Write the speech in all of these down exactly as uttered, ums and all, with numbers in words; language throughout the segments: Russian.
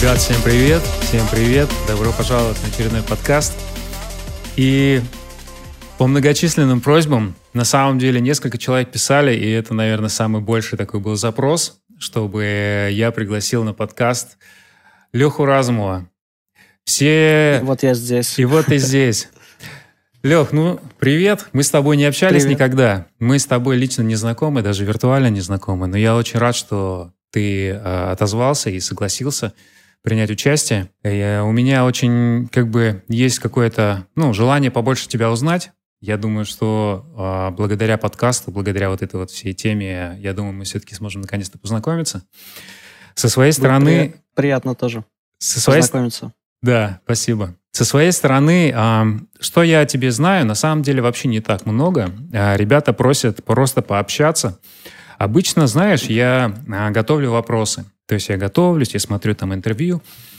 Ребят, всем привет, всем привет, добро пожаловать на очередной подкаст. И по многочисленным просьбам, на самом деле, несколько человек писали, и это, наверное, самый большой такой был запрос, чтобы я пригласил на подкаст Леху Разумова. Все... И вот я здесь. И вот ты здесь. Лех, ну, привет. Мы с тобой не общались Привет. никогда. Мы с тобой лично не знакомы, даже виртуально не знакомы. Но я очень рад, что ты э, отозвался и согласился принять участие. И у меня очень, как бы, есть какое-то, ну, желание побольше тебя узнать. Я думаю, что э, благодаря подкасту, благодаря вот этой вот всей теме, я думаю, мы все-таки сможем наконец-то познакомиться. Со своей стороны... При... Приятно тоже со своей... познакомиться. Да, спасибо. Со своей стороны, э, что я о тебе знаю, на самом деле вообще не так много. Э, ребята просят просто пообщаться. Обычно, знаешь, я э, готовлю вопросы. То есть я готовлюсь, я смотрю там интервью.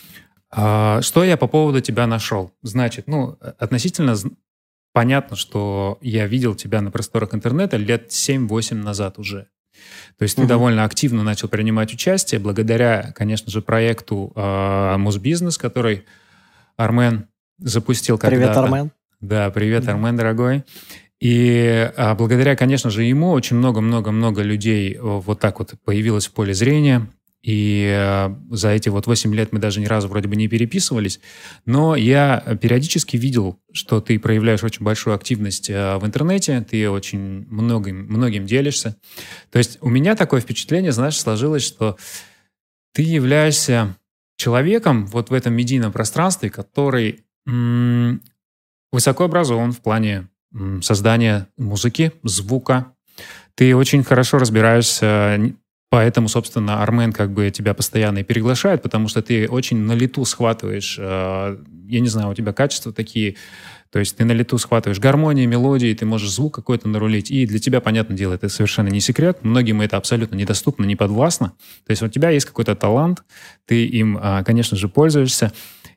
Э, что я по поводу тебя нашел? Значит, ну, относительно понятно, что я видел тебя на просторах интернета лет семь-восемь назад уже. То есть ты угу. довольно активно начал принимать участие благодаря, конечно же, проекту э, Мосбизнес, который Армен запустил когда-то. Привет, Армен. Да, привет, Армен, дорогой. И а, благодаря, конечно же, ему очень много-много-много людей вот так вот появилось в поле зрения. И а, за эти вот восемь лет мы даже ни разу вроде бы не переписывались. Но я периодически видел, что ты проявляешь очень большую активность а, в интернете. Ты очень многим, многим делишься. То есть у меня такое впечатление, знаешь, сложилось, что ты являешься человеком вот в этом медийном пространстве, который м- высоко образован в плане создания музыки, звука. Ты очень хорошо разбираешься, поэтому, собственно, Армен как бы тебя постоянно и приглашает, потому что ты очень на лету схватываешь, я не знаю, у тебя качества такие, то есть ты на лету схватываешь гармонии, мелодии, ты можешь звук какой-то нарулить, и для тебя, понятное дело, это совершенно не секрет, многим это абсолютно недоступно, не подвластно, то есть у тебя есть какой-то талант, ты им, конечно же, пользуешься,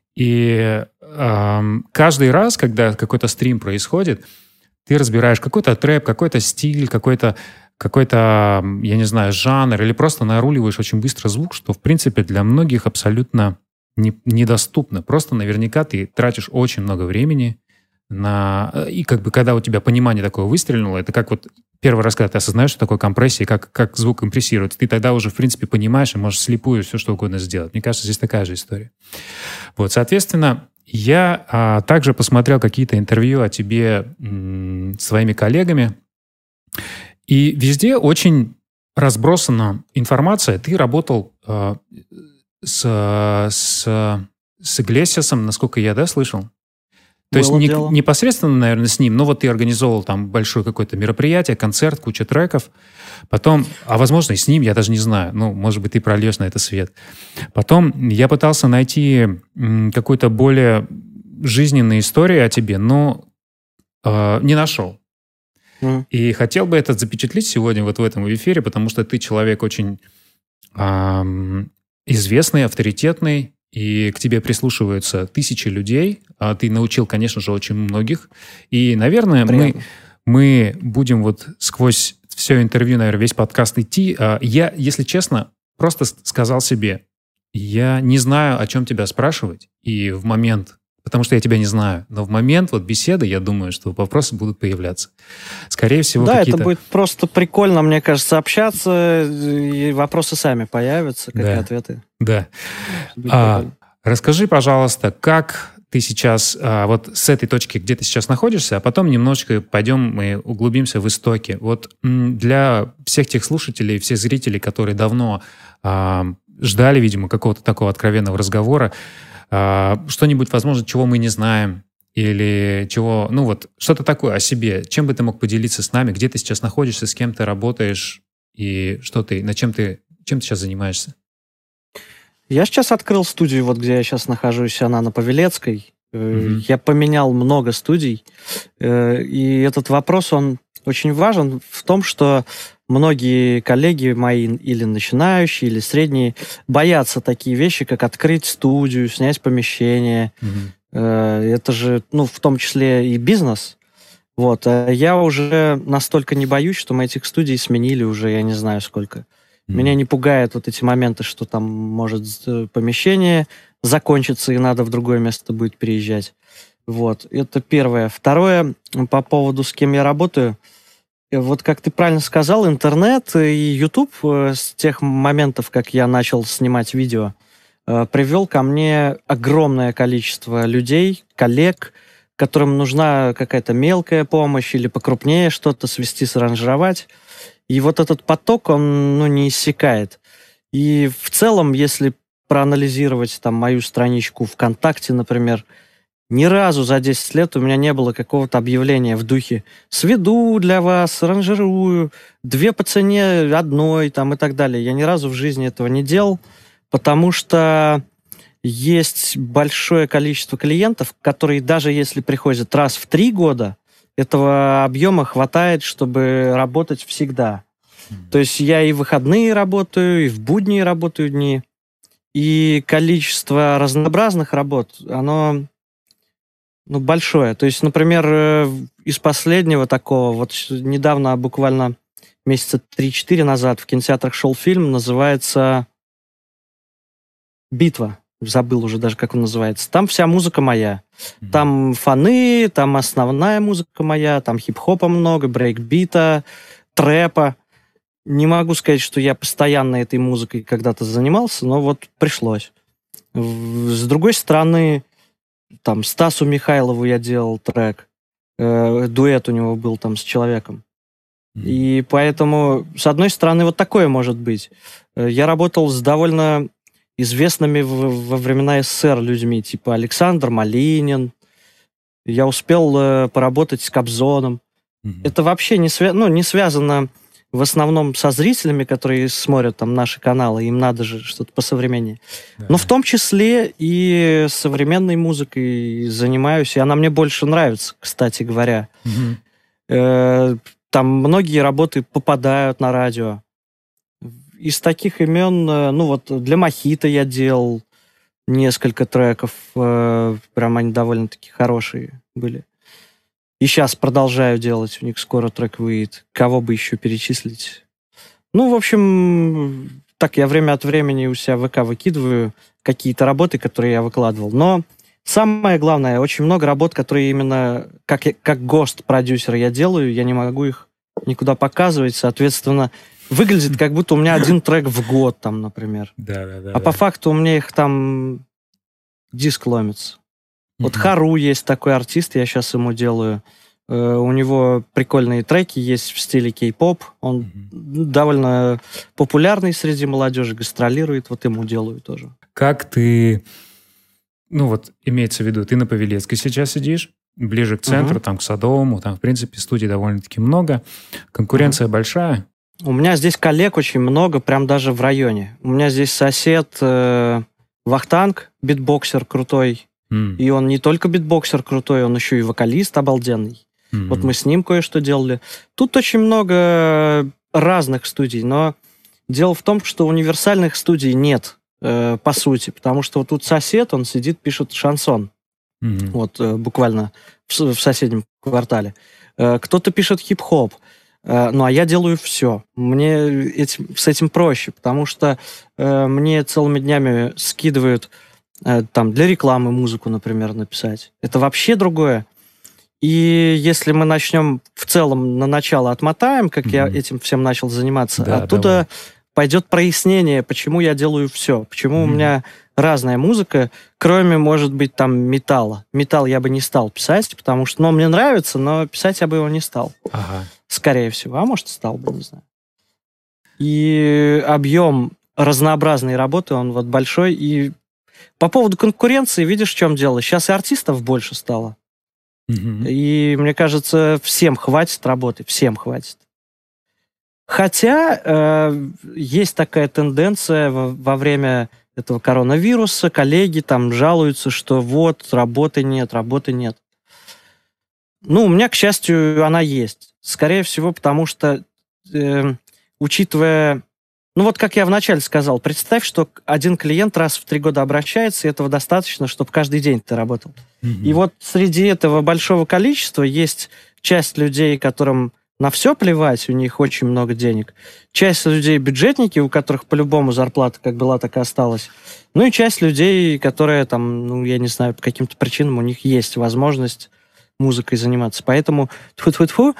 и э, каждый раз, когда какой-то стрим происходит, ты разбираешь какой-то трэп, какой-то стиль, какой-то, какой-то, я не знаю, жанр, или просто наруливаешь очень быстро звук, что, в принципе, для многих абсолютно не, недоступно. Просто наверняка ты тратишь очень много времени на... И как бы когда у тебя понимание такое выстрельнуло, это как вот первый раз, когда ты осознаешь, что такое компрессия, как, как звук компрессируется, ты тогда уже, в принципе, понимаешь и можешь слепую все что угодно сделать. Мне кажется, здесь такая же история. Вот, соответственно, я а, также посмотрел какие-то интервью о тебе м, своими коллегами, и везде очень разбросана информация. Ты работал а, с, с, с Иглесиасом, насколько я, да, слышал? То есть не, непосредственно, наверное, с ним, но вот ты организовал там большое какое-то мероприятие, концерт, куча треков. Потом, а возможно и с ним, я даже не знаю, ну, может быть, ты прольешь на это свет. Потом я пытался найти м, какую-то более жизненную историю о тебе, но э, не нашел. Mm. И хотел бы это запечатлеть сегодня вот в этом эфире, потому что ты человек очень э, известный, авторитетный, и к тебе прислушиваются тысячи людей, а ты научил, конечно же, очень многих. И, наверное, мы, мы будем вот сквозь все интервью, наверное, весь подкаст идти. Я, если честно, просто сказал себе, я не знаю, о чем тебя спрашивать, и в момент, потому что я тебя не знаю, но в момент вот беседы, я думаю, что вопросы будут появляться. Скорее всего, да, какие-то... это будет просто прикольно, мне кажется, общаться, и вопросы сами появятся, как да. и ответы. Да. А, расскажи, пожалуйста, как ты сейчас, а, вот с этой точки, где ты сейчас находишься, а потом немножечко пойдем, мы углубимся в истоки. Вот м, для всех тех слушателей, всех зрителей, которые давно а, ждали, видимо, какого-то такого откровенного разговора, а, что-нибудь, возможно, чего мы не знаем, или чего, ну вот, что-то такое о себе. Чем бы ты мог поделиться с нами? Где ты сейчас находишься, с кем ты работаешь, и что ты, над чем ты, чем ты сейчас занимаешься? Я сейчас открыл студию, вот где я сейчас нахожусь, она на Павелецкой. Mm-hmm. Я поменял много студий, и этот вопрос, он очень важен в том, что многие коллеги мои, или начинающие, или средние, боятся такие вещи, как открыть студию, снять помещение. Mm-hmm. Это же, ну, в том числе и бизнес. Вот. А я уже настолько не боюсь, что мы этих студий сменили уже, я не знаю сколько. Меня не пугают вот эти моменты, что там может помещение закончиться, и надо в другое место будет переезжать. Вот, это первое. Второе, по поводу, с кем я работаю. Вот как ты правильно сказал, интернет и YouTube с тех моментов, как я начал снимать видео, привел ко мне огромное количество людей, коллег, которым нужна какая-то мелкая помощь или покрупнее что-то свести, саранжировать. И вот этот поток, он, ну, не иссякает. И в целом, если проанализировать там мою страничку ВКонтакте, например, ни разу за десять лет у меня не было какого-то объявления в духе «сведу для вас, ранжирую, две по цене одной» там, и так далее. Я ни разу в жизни этого не делал, потому что есть большое количество клиентов, которые даже если приходят раз в три года, этого объема хватает, чтобы работать всегда. То есть я и в выходные работаю, и в будни работаю дни. И количество разнообразных работ, оно, ну, большое. То есть, например, из последнего такого, вот недавно, буквально месяца три-четыре назад в кинотеатрах шел фильм, называется «Битва». Забыл уже даже, как он называется. Там вся музыка моя. Mm-hmm. Там фаны, там основная музыка моя, там хип-хопа много, брейкбита, трэпа. Не могу сказать, что я постоянно этой музыкой когда-то занимался, но вот пришлось. С другой стороны, там Стасу Михайлову я делал трек. Э, дуэт у него был там с человеком. Mm-hmm. И поэтому, с одной стороны, вот такое может быть. Я работал с довольно известными в, во времена СССР людьми, типа Александр Малинин. Я успел э, поработать с Кобзоном. Mm-hmm. Это вообще не, свя- ну, не связано в основном со зрителями, которые смотрят там наши каналы, им надо же что-то посовременнее. Yeah. Но в том числе и современной музыкой занимаюсь, и она мне больше нравится, кстати говоря. Mm-hmm. Э, там многие работы попадают на радио. Из таких имен, ну вот для Мохито я делал несколько треков, э, прям они довольно-таки хорошие были. И сейчас продолжаю делать, у них скоро трек выйдет. Кого бы еще перечислить? Ну, в общем, так я время от времени у себя в ВК выкидываю какие-то работы, которые я выкладывал. Но самое главное, очень много работ, которые именно как, как гост-продюсер я делаю, я не могу их никуда показывать, соответственно, выглядит, как будто у меня один трек в год, там, например. Да, да, да. А да. по факту у меня их там диск ломится. Mm-hmm. Вот Хару есть такой артист, я сейчас ему делаю. Uh, у него прикольные треки есть в стиле кей-поп. Он mm-hmm. довольно популярный среди молодежи, гастролирует. Вот ему делаю тоже. Как ты... Ну вот, имеется в виду, ты на Павелецкой сейчас сидишь, ближе к центру, uh-huh. там, к Садовому. Там, в принципе, студий довольно-таки много. Конкуренция uh-huh. большая. У меня здесь коллег очень много, прям даже в районе. У меня здесь сосед э, Вахтанг, битбоксер крутой. Mm. И он не только битбоксер крутой, он еще и вокалист обалденный. Mm-hmm. Вот мы с ним кое-что делали. Тут очень много разных студий, но дело в том, что универсальных студий нет, э, по сути. Потому что вот тут сосед, он сидит, пишет шансон. Mm-hmm. Вот э, буквально в, в соседнем квартале. Э, кто-то пишет хип-хоп. Ну, а я делаю все. Мне этим, с этим проще, потому что э, мне целыми днями скидывают э, там для рекламы музыку, например, написать. Это вообще другое. И если мы начнем в целом на начало отмотаем, как mm-hmm. я этим всем начал заниматься, да, оттуда давай. Пойдет прояснение, почему я делаю все, почему mm-hmm. у меня разная музыка, кроме, может быть, там металла. Металл я бы не стал писать, потому что, ну, мне нравится, но писать я бы его не стал. Ага. Скорее всего. А может, стал бы, не знаю. И объем разнообразной работы, он вот большой. И по поводу конкуренции, видишь, в чем дело? Сейчас и артистов больше стало. Mm-hmm. И, мне кажется, всем хватит работы. Всем хватит. Хотя э, есть такая тенденция во, во время этого коронавируса. Коллеги там жалуются, что вот, работы нет, работы нет. Ну, у меня, к счастью, она есть. Скорее всего, потому что, э, учитывая... Ну, вот как я вначале сказал, представь, что один клиент раз в три года обращается, и этого достаточно, чтобы каждый день ты работал. Mm-hmm. И вот среди этого большого количества есть часть людей, которым на все плевать, у них очень много денег. Часть людей бюджетники, у которых по-любому зарплата как была, так и осталась. Ну и часть людей, которые там, ну, я не знаю, по каким-то причинам у них есть возможность музыкой заниматься. Поэтому тьфу-тьфу-тьфу,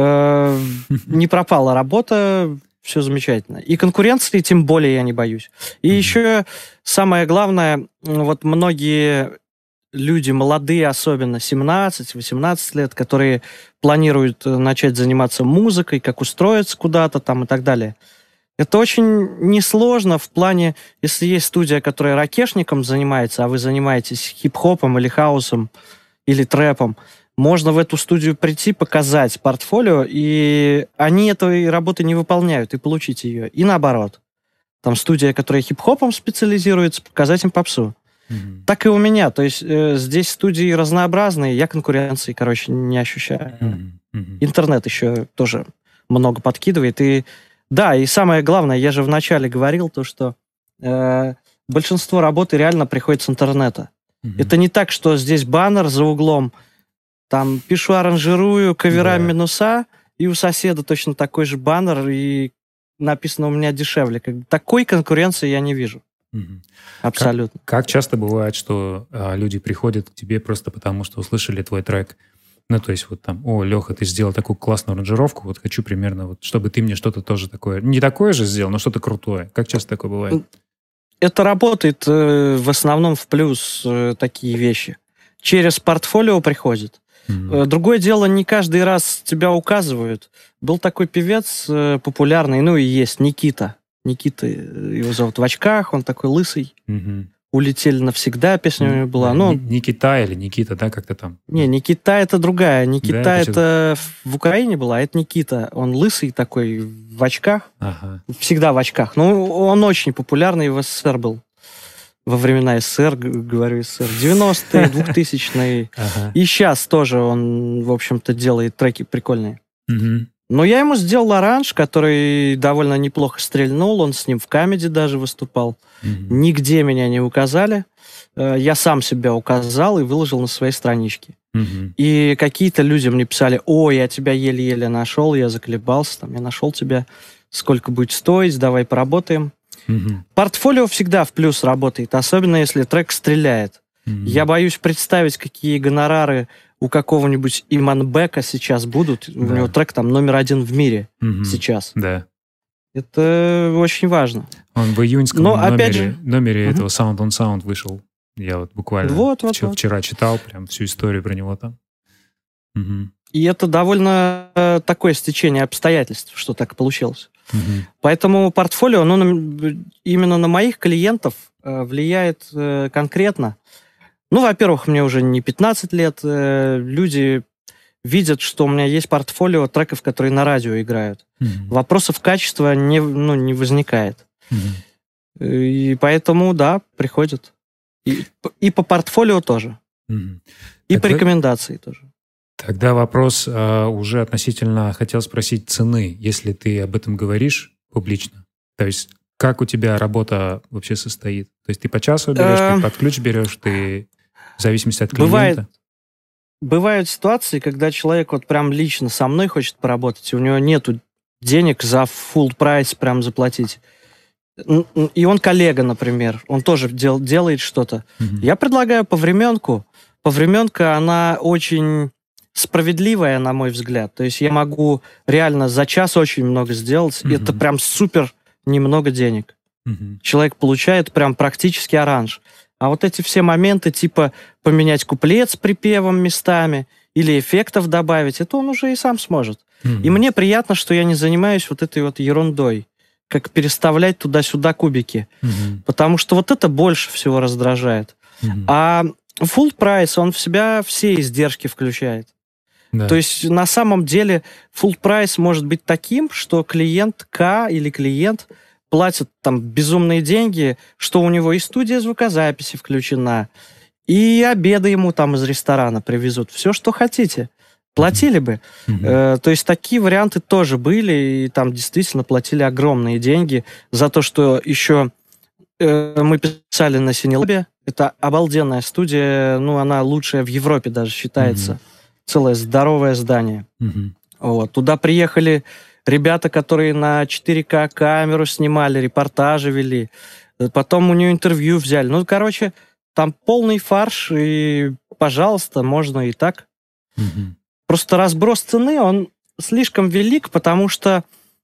э, не пропала работа, все замечательно. И конкуренции тем более я не боюсь. И еще самое главное, вот многие люди молодые, особенно семнадцать-восемнадцать лет, которые планируют начать заниматься музыкой, как устроиться куда-то там и так далее. Это очень несложно в плане, если есть студия, которая ракешником занимается, а вы занимаетесь хип-хопом или хаусом, или трэпом, можно в эту студию прийти, показать портфолио, и они этой работы не выполняют, и получить ее. И наоборот. Там студия, которая хип-хопом специализируется, показать им попсу. Mm-hmm. Так и у меня. То есть э, здесь студии разнообразные, я конкуренции, короче, не ощущаю. Mm-hmm. Mm-hmm. Интернет еще тоже много подкидывает. И да, и самое главное, я же вначале говорил то, что э, большинство работы реально приходит с интернета. Mm-hmm. Это не так, что здесь баннер за углом, там пишу, аранжирую, кавера yeah. минуса, и у соседа точно такой же баннер, и написано у меня дешевле. Такой конкуренции я не вижу. Mm-hmm. Абсолютно. Как, как часто бывает, что а, люди приходят к тебе просто потому, что услышали твой трек? Ну, то есть вот там, о, Леха, ты сделал такую классную аранжировку, вот хочу примерно, вот, чтобы ты мне что-то тоже такое, не такое же сделал, но что-то крутое. Как часто такое бывает? Это работает э, в основном в плюс э, такие вещи. Через портфолио приходит. Mm-hmm. Другое дело, не каждый раз тебя указывают. Был такой певец э, популярный, ну и есть, Никита. Никита, его зовут, в очках, он такой лысый. Mm-hmm. «Улетели навсегда» песня mm-hmm. у него была. Ну, Никита или Никита, да, как-то там? Не, Никита это другая. Никита да, это, это в Украине была, а это Никита. Он лысый такой, в очках. Ага. Всегда в очках. Ну, он очень популярный в СССР был. Во времена СССР, говорю, СССР, девяностые, двухтысячные. Ага. И сейчас тоже он, в общем-то, делает треки прикольные. Угу. Но я ему сделал аранж, который довольно неплохо стрельнул. Он с ним в камеди даже выступал. Угу. Нигде меня не указали. Я сам себя указал и выложил на своей страничке. Угу. И какие-то люди мне писали: «О, я тебя еле-еле нашел, я заколебался, там, я нашел тебя, сколько будет стоить, давай поработаем». Mm-hmm. Портфолио всегда в плюс работает, особенно если трек стреляет. Mm-hmm. Я боюсь представить, какие гонорары у какого-нибудь Иманбека сейчас будут. Да. У него трек там номер один в мире mm-hmm. сейчас. Да. Это очень важно. Он в июньском Но, номере, опять же... номере mm-hmm. этого Sound on Sound вышел. Я вот буквально вот, вот, вчера, вот. вчера читал прям всю историю про него там. Mm-hmm. И это довольно э, такое стечение обстоятельств, что так получилось. Uh-huh. Поэтому портфолио, ну, на, именно на моих клиентов э, влияет э, конкретно. Ну, во-первых, мне уже не пятнадцать лет. Э, люди видят, что у меня есть портфолио треков, которые на радио играют. Uh-huh. Вопросов качества не, ну, не возникает. Uh-huh. И поэтому, да, приходят. И, и по портфолио тоже. Uh-huh. И так по вы... рекомендации тоже. Тогда вопрос э, уже относительно, хотел спросить цены, если ты об этом говоришь публично. То есть как у тебя работа вообще состоит? То есть ты по часу берешь, ты под ключ берешь, ты в зависимости от клиента? Бывает, бывают ситуации, когда человек вот прям лично со мной хочет поработать, и у него нету денег за full прайс прям заплатить. И он коллега, например, он тоже дел, делает что-то. Угу. Я предлагаю повременку. Повременка, она очень... справедливая, на мой взгляд. То есть я могу реально за час очень много сделать, mm-hmm. и это прям супер немного денег. Mm-hmm. Человек получает прям практически оранж. А вот эти все моменты, типа поменять куплет с припевом местами или эффектов добавить, это он уже и сам сможет. Mm-hmm. И мне приятно, что я не занимаюсь вот этой вот ерундой, как переставлять туда-сюда кубики. Mm-hmm. Потому что вот это больше всего раздражает. Mm-hmm. А full прайс, он в себя все издержки включает. Да. То есть на самом деле full прайс может быть таким, что клиент К или клиент платит там безумные деньги, что у него и студия звукозаписи включена, и обеды ему там из ресторана привезут. Все, что хотите. Платили бы. Mm-hmm. Э, то есть такие варианты тоже были, и там действительно платили огромные деньги за то, что еще э, мы писали на Синелабе. Это обалденная студия, ну, она лучшая в Европе даже считается. Mm-hmm. Целое здоровое здание. Угу. Вот. Туда приехали ребята, которые на четыре ка камеру снимали, репортажи вели. Потом у нее интервью взяли. Ну, короче, там полный фарш, и, пожалуйста, можно и так. Мгм. Просто разброс цены, он слишком велик, потому что,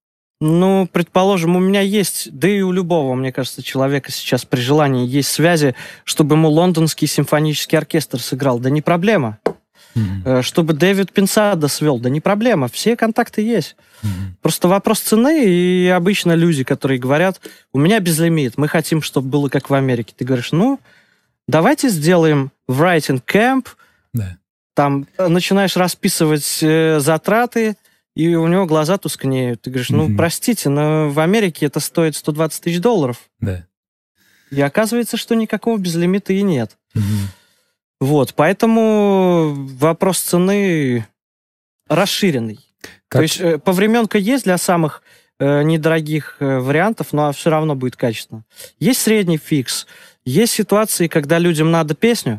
ну, предположим, у меня есть, да и у любого, мне кажется, человека сейчас при желании есть связи, чтобы ему лондонский симфонический оркестр сыграл. Да не проблема. Мгм. Э, Чтобы Дэвид Пинсадо свел. Да не проблема. Все контакты есть. Мгм. Просто вопрос цены, и обычно люди, которые говорят, у меня безлимит, мы хотим, чтобы было как в Америке. Ты говоришь, ну, давайте сделаем writing camp, Да. там э, начинаешь расписывать э, затраты, и у него глаза тускнеют. Ты говоришь, ну, Мгм. простите, но в Америке это стоит сто двадцать тысяч долларов. Да. И оказывается, что никакого безлимита и нет. Мгм. Вот, поэтому вопрос цены расширенный. Как- То есть э, повременка есть для самых э, недорогих э, вариантов, но все равно будет качественно. Есть средний фикс. Есть ситуации, когда людям надо песню,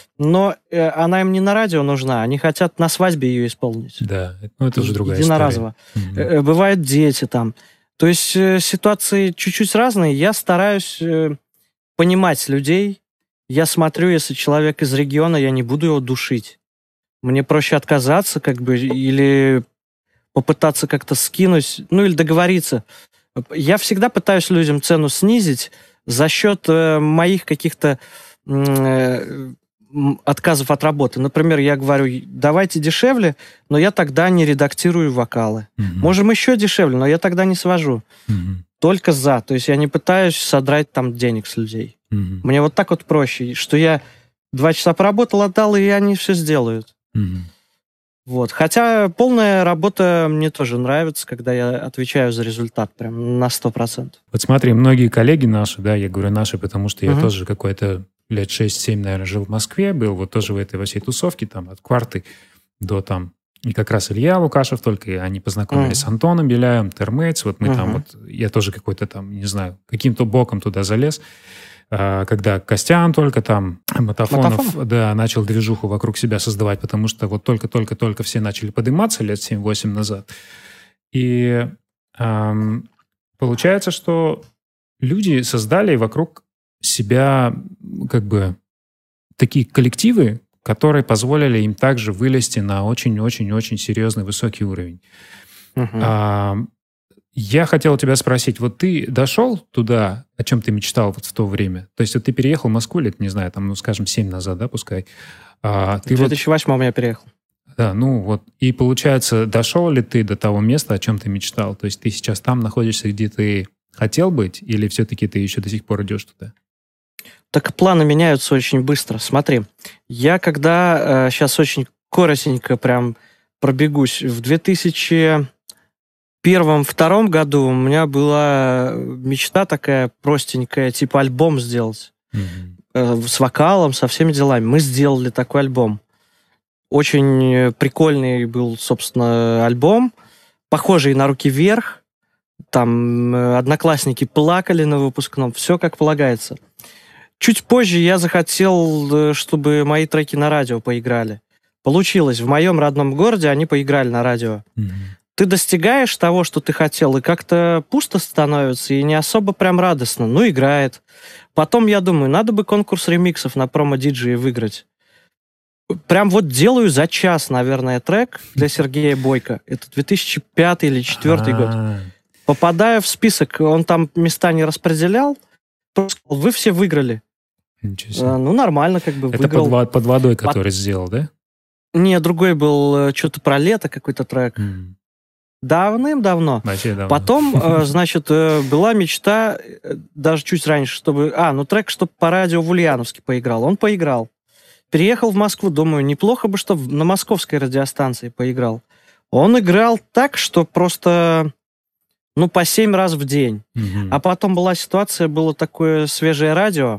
но э, она им не на радио нужна, они хотят на свадьбе ее исполнить. Да, ну это уже другая Единоразово. история. Мгм. Э, э, Бывают дети там. То есть э, ситуации чуть-чуть разные. Я стараюсь э, понимать людей. Я смотрю, если человек из региона, я не буду его душить. Мне проще отказаться, как бы, или попытаться как-то скинуть, ну, или договориться. Я всегда пытаюсь людям цену снизить за счет э, моих каких-то м, э, м, отказов от работы. Например, я говорю, давайте дешевле, но я тогда не редактирую вокалы. Мгм. Можем еще дешевле, но я тогда не свожу. Мгм. Только за. То есть я не пытаюсь содрать там денег с людей. Мгм. Мне вот так вот проще, что я два часа поработал, отдал, и они все сделают. Мгм. Вот. Хотя полная работа мне тоже нравится, когда я отвечаю за результат прям на сто процентов. Вот смотри, многие коллеги наши, да, я говорю наши, потому что я Мгм. тоже какой-то лет шесть-семь, наверное, жил в Москве, был вот тоже в этой во всей тусовке, там, от кварты до там, и как раз Илья Лукашев только, и они познакомились Мгм. с Антоном Беляем, Термейтс, вот мы там Мгм. вот, я тоже какой-то там, не знаю, каким-то боком туда залез, а, когда Костян только там, Мотофонов, Мотофонов? да, начал движуху вокруг себя создавать, потому что вот только-только-только все начали подниматься лет семь-восемь назад. И ам, получается, что люди создали вокруг себя м, как бы такие коллективы, которые позволили им также вылезти на очень-очень-очень серьезный высокий уровень. Мгм. А, я хотел тебя спросить, вот ты дошел туда, о чем ты мечтал вот в то время? То есть вот ты переехал в Москву лет, не знаю, там, ну, скажем, семь назад, да, пускай. А, В ты вот, две тысячи восьмом я переехал. да, ну вот, и получается, дошел ли ты до того места, о чем ты мечтал? То есть ты сейчас там находишься, где ты хотел быть, или все-таки ты еще до сих пор идешь туда? Так планы меняются очень быстро. Смотри, я когда сейчас очень коротенько прям пробегусь, в две тысячи первом-втором году у меня была мечта такая простенькая, типа альбом сделать. Мгм. э, с вокалом, со всеми делами. Мы сделали такой альбом. Очень э, прикольный был, собственно, альбом, похожий на «Руки вверх». Там э, одноклассники плакали на выпускном, все как полагается. Чуть позже я захотел, э, чтобы мои треки на радио поиграли. Получилось. В моем родном городе они поиграли на радио. Мгм. Ты достигаешь того, что ты хотел, и как-то пусто становится, и не особо прям радостно. Ну, играет. Потом я думаю, надо бы конкурс ремиксов на промо-диджея выиграть. Прям вот делаю за час, наверное, трек для Сергея Бойко. Это две тысячи пятый или две тысячи четвёртый год. А, Попадаю в список, он там места не распределял. Просто сказал, вы все выиграли. ничего Э, себе. Ну, нормально, как бы Это выиграл. под, во- под водой, который сделал, да? Не, другой был что-то про лето, какой-то трек. М. Давным-давно. Вообще давно. Потом, э, значит, э, была мечта, э, даже чуть раньше, чтобы... А, ну трек, чтобы по радио в Ульяновске поиграл. Он поиграл. Переехал в Москву, думаю, неплохо бы, чтобы на московской радиостанции поиграл. Он играл так, что просто, ну, по семь раз в день. Мгм. А потом была ситуация, было такое свежее радио,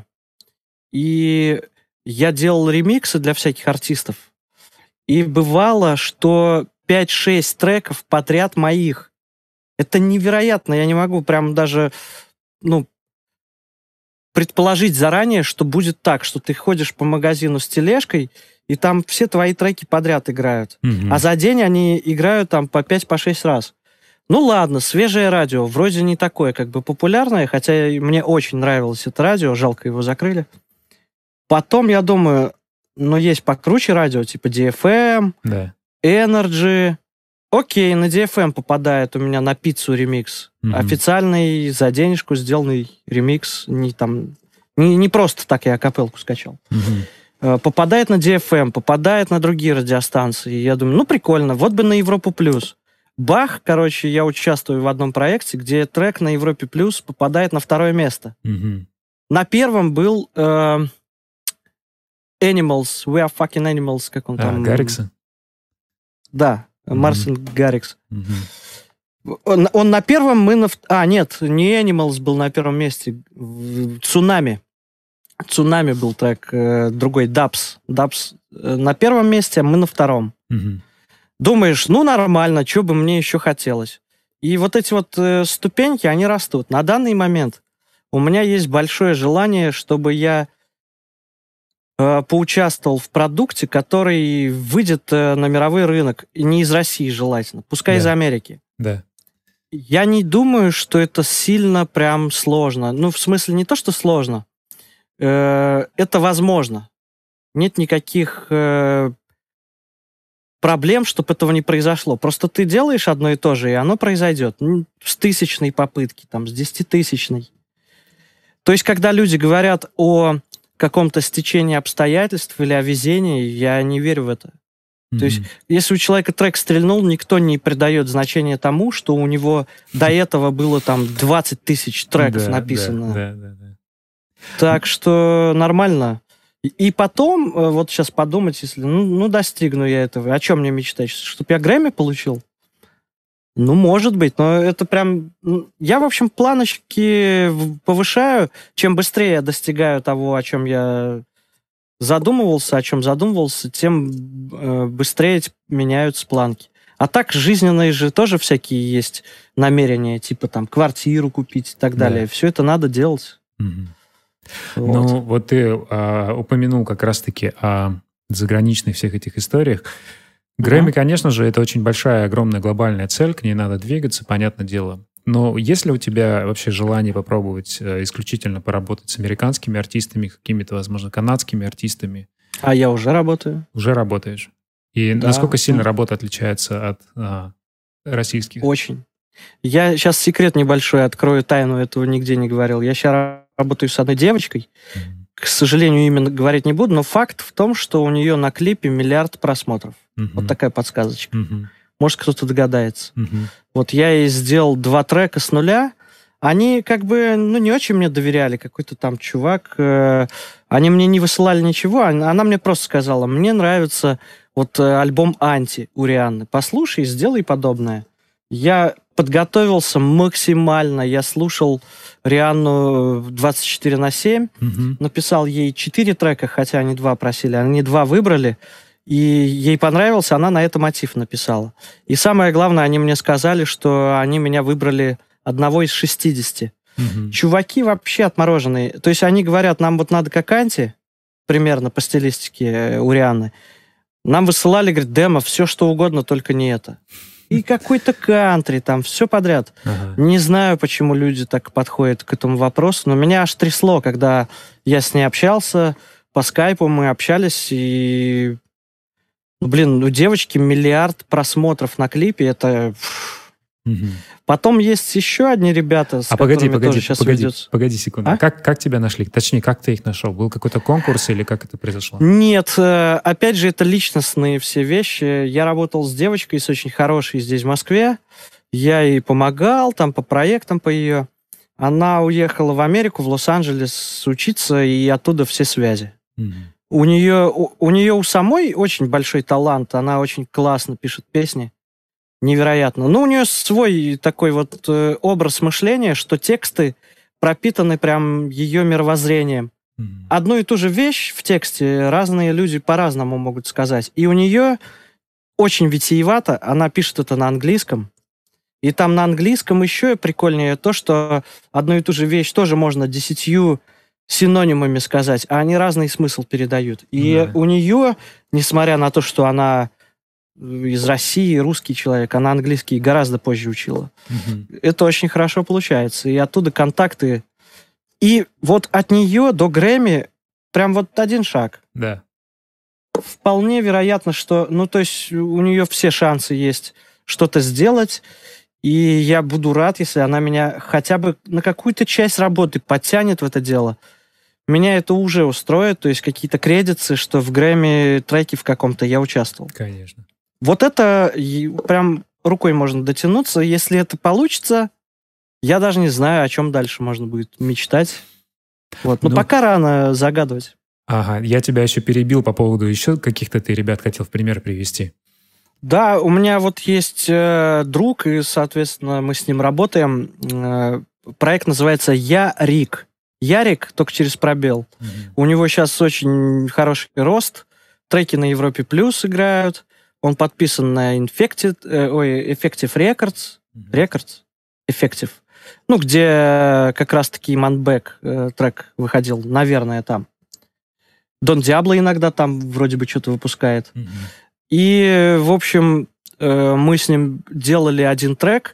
и я делал ремиксы для всяких артистов. И бывало, что пять-шесть треков подряд моих. Это невероятно. Я не могу прям даже, ну, предположить заранее, что будет так, что ты ходишь по магазину с тележкой, и там все твои треки подряд играют. Мгм. А за день они играют там по пять, по шесть раз. Ну ладно, свежее радио, вроде не такое как бы популярное, хотя и мне очень нравилось это радио, жалко его закрыли. Потом я думаю, ну есть покруче радио, типа ди эф эм, Да. Energy. Окей, на ди эф эм попадает у меня на пиццу ремикс. Мгм. Официальный, за денежку сделанный ремикс. Не, там, не, не просто так я акапелку скачал. Мгм. Э, Попадает на ди эф эм, попадает на другие радиостанции. И я думаю, ну прикольно, вот бы на Европу Плюс. Бах, короче, я участвую в одном проекте, где трек на Европе Плюс попадает на второе место. Мгм. На первом был э, Animals, We Are Fucking Animals, как он А, там... Гаррикса? Да, Мгм. Марсен Гаррикс. Мгм. Он, он на первом, мы на... вт- А, нет, не Animals был на первом месте. В- Цунами. Цунами был трек, э, другой, Дабс. Дабс э, на первом месте, а мы на втором. Мгм. Думаешь, ну нормально, что бы мне еще хотелось. И вот эти вот э, ступеньки, они растут. На данный момент у меня есть большое желание, чтобы я э, поучаствовал в продукте, который выйдет э, на мировой рынок. И не из России желательно, пускай Да. из Америки. Да. Я не думаю, что это сильно прям сложно. Ну, в смысле, не то, что сложно. Э, это возможно. Нет никаких э, проблем, чтобы этого не произошло. Просто ты делаешь одно и то же, и оно произойдет. Ну, с тысячной попытки, там, с десятитысячной. То есть, когда люди говорят о каком-то стечении обстоятельств или о везении, я не верю в это. То есть, Мгм. если у человека трек стрельнул, никто не придает значения тому, что у него до этого было там двадцать тысяч треков Да, написано. Да, да, да, да. Так что нормально. И, и потом, э, вот сейчас подумать, если, ну, ну, достигну я этого, о чем мне мечтать? Чтобы я Грэмми получил? Ну, может быть, но это прям... м, Я, в общем, планочки в- повышаю. Чем быстрее я достигаю того, о чем я задумывался, о чем задумывался, тем э, быстрее т- меняются планки. А так жизненные же тоже всякие есть намерения, типа там квартиру купить и так Да. далее. Все это надо делать. Мгм. Вот. Ну, вот ты а, упомянул как раз-таки о заграничных всех этих историях. Грэмми, Мгм. конечно же, это очень большая, огромная глобальная цель, к ней надо двигаться, понятное дело. Но есть ли у тебя вообще желание попробовать э, исключительно поработать с американскими артистами, какими-то, возможно, канадскими артистами? А я уже работаю. Уже работаешь? И Да. насколько сильно М. работа отличается от а, российских? Очень. Я сейчас секрет небольшой открою, тайну этого нигде не говорил. Я сейчас работаю с одной девочкой. Мгм. К сожалению, именно говорить не буду, но факт в том, что у нее на клипе миллиард просмотров. Мгм. Вот такая подсказочка. Мгм. Может, кто-то догадается. Мгм. Вот я ей сделал два трека с нуля. Они как бы, ну, не очень мне доверяли. Какой-то там чувак. э, они мне не высылали ничего. Она, она мне просто сказала, мне нравится вот э, альбом «Анти» у Рианны. Послушай, сделай подобное. Я подготовился максимально. Я слушал Рианну двадцать четыре на семь. Мгм. Написал ей четыре трека, хотя они два просили. Они два выбрали. И ей понравился, она на это мотив написала. И самое главное, они мне сказали, что они меня выбрали одного из шестидесяти. Мгм. Чуваки вообще отмороженные. То есть они говорят, нам вот надо как Анти, примерно по стилистике э, у Рианны. Нам высылали, говорит, демо, все что угодно, только не это. И какой-то кантри, там, все подряд. Ага. Не знаю, почему люди так подходят к этому вопросу, но меня аж трясло, когда я с ней общался, по скайпу мы общались, и... Ну, блин, у девочки миллиард просмотров на клипе, это... пф. Мгм. Потом есть еще одни ребята, с А погоди, которыми погоди, тоже сейчас погоди, ведется. погоди секунду. А? Как, как тебя нашли? Точнее, как ты их нашел? Был какой-то конкурс или как это произошло? Нет, э, опять же, это личностные все вещи. Я работал с девочкой, с очень хорошей здесь, в Москве. Я ей помогал там по проектам по ее. Она уехала в Америку, в Лос-Анджелес учиться, и оттуда все связи. Мгм. У нее, у, у нее у самой очень большой талант, она очень классно пишет песни. Невероятно. Ну, у нее свой такой вот э, образ мышления, что тексты пропитаны прям ее мировоззрением. Мгм. Одну и ту же вещь в тексте разные люди по-разному могут сказать. И у нее очень витиевато, она пишет это на английском. И там на английском еще прикольнее то, что одну и ту же вещь тоже можно десятью синонимами сказать, а они разный смысл передают. И Да. у нее, несмотря на то, что она из России, русский человек, она английский гораздо позже учила. Мгм. Это очень хорошо получается. И оттуда контакты. И вот от нее до Грэмми прям вот один шаг. Да. Вполне вероятно, что... Ну, то есть у нее все шансы есть что-то сделать. И я буду рад, если она меня хотя бы на какую-то часть работы подтянет в это дело. Меня это уже устроит. То есть какие-то кредиты, что в Грэмми треке в каком-то я участвовал. Конечно. Вот это и прям рукой можно дотянуться. Если это получится, я даже не знаю, о чем дальше можно будет мечтать. Вот. Но Ну, пока рано загадывать. ага, я тебя еще перебил по поводу еще каких-то ты ребят хотел в пример привести. Да, у меня вот есть э, друг, и, соответственно, мы с ним работаем. Э, проект называется «Я-Рик». Ярик, только через пробел. Мгм. У него сейчас очень хороший рост. Треки на Европе Плюс играют. Он подписан на Infected, э, ой, Effective Records. Мгм. Records? Effective. Ну, где как раз-таки Манбек э, трек выходил. Наверное, там. Дон Диабло иногда там вроде бы что-то выпускает. Мгм. И, в общем, э, мы с ним делали один трек